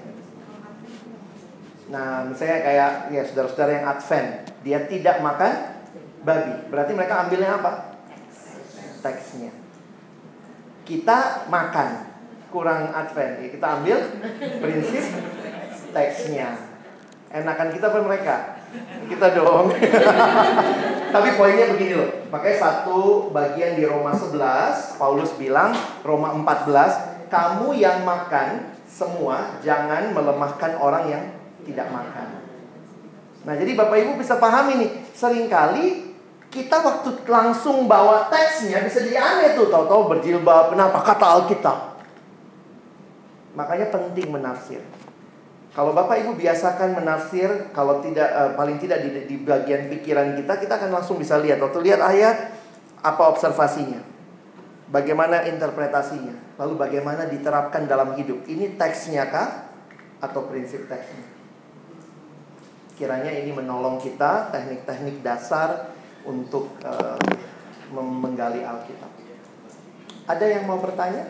Nah misalnya kayak ya saudara-saudara yang Advent, dia tidak makan babi, berarti mereka ambilnya apa? Teksnya. Kita makan, kurang Advent, ya, kita ambil prinsip teksnya. Enakan kita apa mereka? Kita dong. Tapi poinnya begini loh. Makanya satu bagian di Roma sebelas, Paulus bilang, Roma empat belas, kamu yang makan semua jangan melemahkan orang yang tidak makan. Nah jadi Bapak Ibu bisa pahami nih, seringkali kita waktu langsung bawa teksnya bisa jadi aneh tuh, tahu-tahu berjilbab, kenapa kata Alkitab. Makanya penting menafsir. Kalau Bapak Ibu biasakan menafsir, kalau tidak uh, paling tidak di, di bagian pikiran kita, kita akan langsung bisa lihat. Waktu lihat ayat, apa observasinya, bagaimana interpretasinya, lalu bagaimana diterapkan dalam hidup. Ini teksnya kah atau prinsip teksnya? Kiranya ini menolong kita teknik-teknik dasar untuk uh, menggali Alkitab. Ada yang mau bertanya?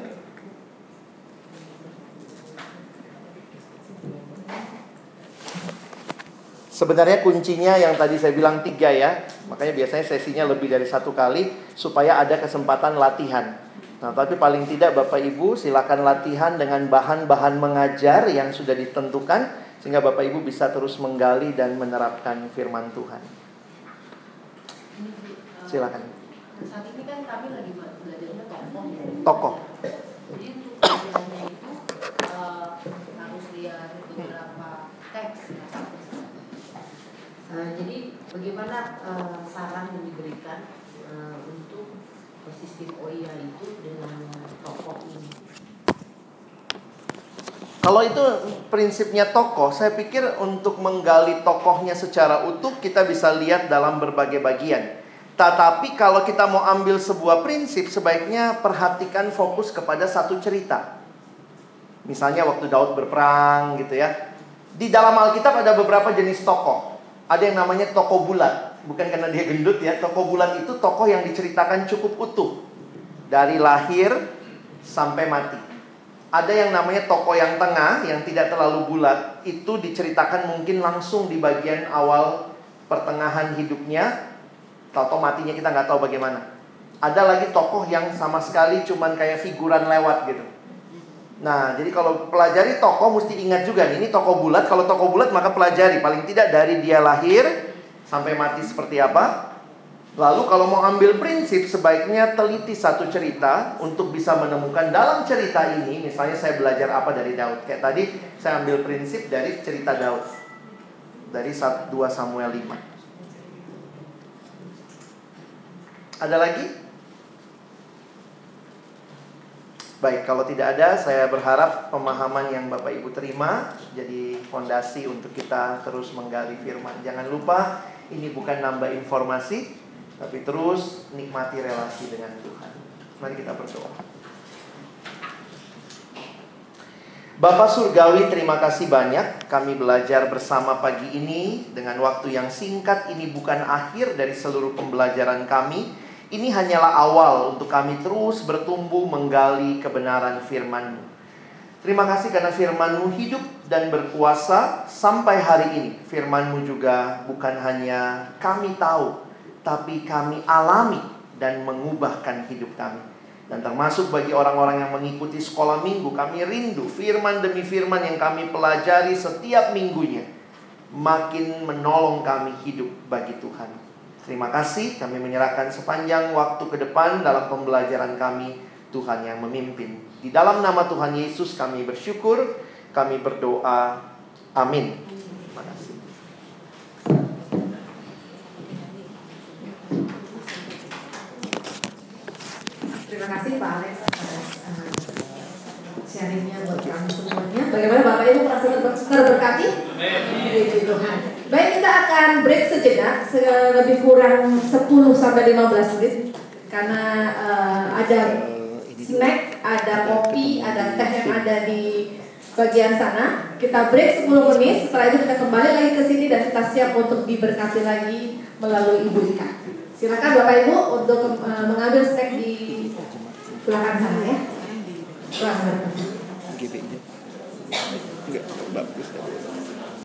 Sebenarnya kuncinya yang tadi saya bilang tiga ya. Makanya biasanya sesinya lebih dari satu kali, supaya ada kesempatan latihan. Nah tapi paling tidak Bapak Ibu silakan latihan dengan bahan-bahan mengajar yang sudah ditentukan, sehingga Bapak Ibu bisa terus menggali dan menerapkan firman Tuhan. Silakan. Saat ini kan kami lagi belajarnya tokoh. Tokoh. Jadi untuk belajarnya itu uh, harus lihat beberapa teks. Uh, jadi bagaimana uh, saran yang diberikan uh, untuk sistem O I A itu dengan tokoh ini? Kalau itu prinsipnya tokoh, saya pikir untuk menggali tokohnya secara utuh kita bisa lihat dalam berbagai bagian. Tetapi kalau kita mau ambil sebuah prinsip, sebaiknya perhatikan fokus kepada satu cerita. Misalnya waktu Daud berperang gitu ya. Di dalam Alkitab ada beberapa jenis tokoh. Ada yang namanya tokoh bulat. Bukan karena dia gendut ya. Tokoh bulat itu tokoh yang diceritakan cukup utuh, dari lahir sampai mati. Ada yang namanya tokoh yang tengah, yang tidak terlalu bulat. Itu diceritakan mungkin langsung di bagian awal pertengahan hidupnya. Tahu-tahu matinya kita nggak tahu bagaimana. Ada lagi tokoh yang sama sekali cuman kayak figuran lewat gitu. Nah, jadi kalau pelajari tokoh mesti ingat juga nih, ini tokoh bulat. Kalau tokoh bulat maka pelajari paling tidak dari dia lahir sampai mati seperti apa. Lalu kalau mau ambil prinsip, sebaiknya teliti satu cerita untuk bisa menemukan dalam cerita ini. Misalnya saya belajar apa dari Daud. Kayak tadi saya ambil prinsip dari cerita Daud, dari dua Samuel lima. Ada lagi? Baik, kalau tidak ada, saya berharap pemahaman yang Bapak Ibu terima jadi fondasi untuk kita terus menggali firman. Jangan lupa, ini bukan nambah informasi, tapi terus nikmati relasi dengan Tuhan. Mari kita berdoa. Bapak Surgawi, terima kasih banyak. Kami belajar bersama pagi ini dengan waktu yang singkat. Ini bukan akhir dari seluruh pembelajaran kami. Ini hanyalah awal untuk kami terus bertumbuh menggali kebenaran firman-Mu. Terima kasih karena firman-Mu hidup dan berkuasa sampai hari ini. Firman-Mu juga bukan hanya kami tahu, tapi kami alami dan mengubahkan hidup kami. Dan termasuk bagi orang-orang yang mengikuti sekolah minggu, kami rindu firman demi firman yang kami pelajari setiap minggunya makin menolong kami hidup bagi Tuhan. Terima kasih, kami menyerahkan sepanjang waktu ke depan dalam pembelajaran kami, Tuhan yang memimpin. Di dalam nama Tuhan Yesus kami bersyukur, kami berdoa. Amin. Terima kasih. Terima kasih Pak Alex atas uh, sharingnya buat kami semuanya. Bagaimana Bapak Ibu merasa terberkati? Puji Tuhan. Baik, kita akan break sejenak, se- lebih kurang sepuluh sampai lima belas menit karena uh, ada snack, ada kopi, ada teh yang ada di bagian sana. Kita break sepuluh menit, setelah itu kita kembali lagi ke sini dan kita siap untuk diberkati lagi melalui Ibu Ika. Silakan Bapak Ibu untuk uh, mengambil snack di belakang sana ya. Belakang. G B I. Enggak bagus.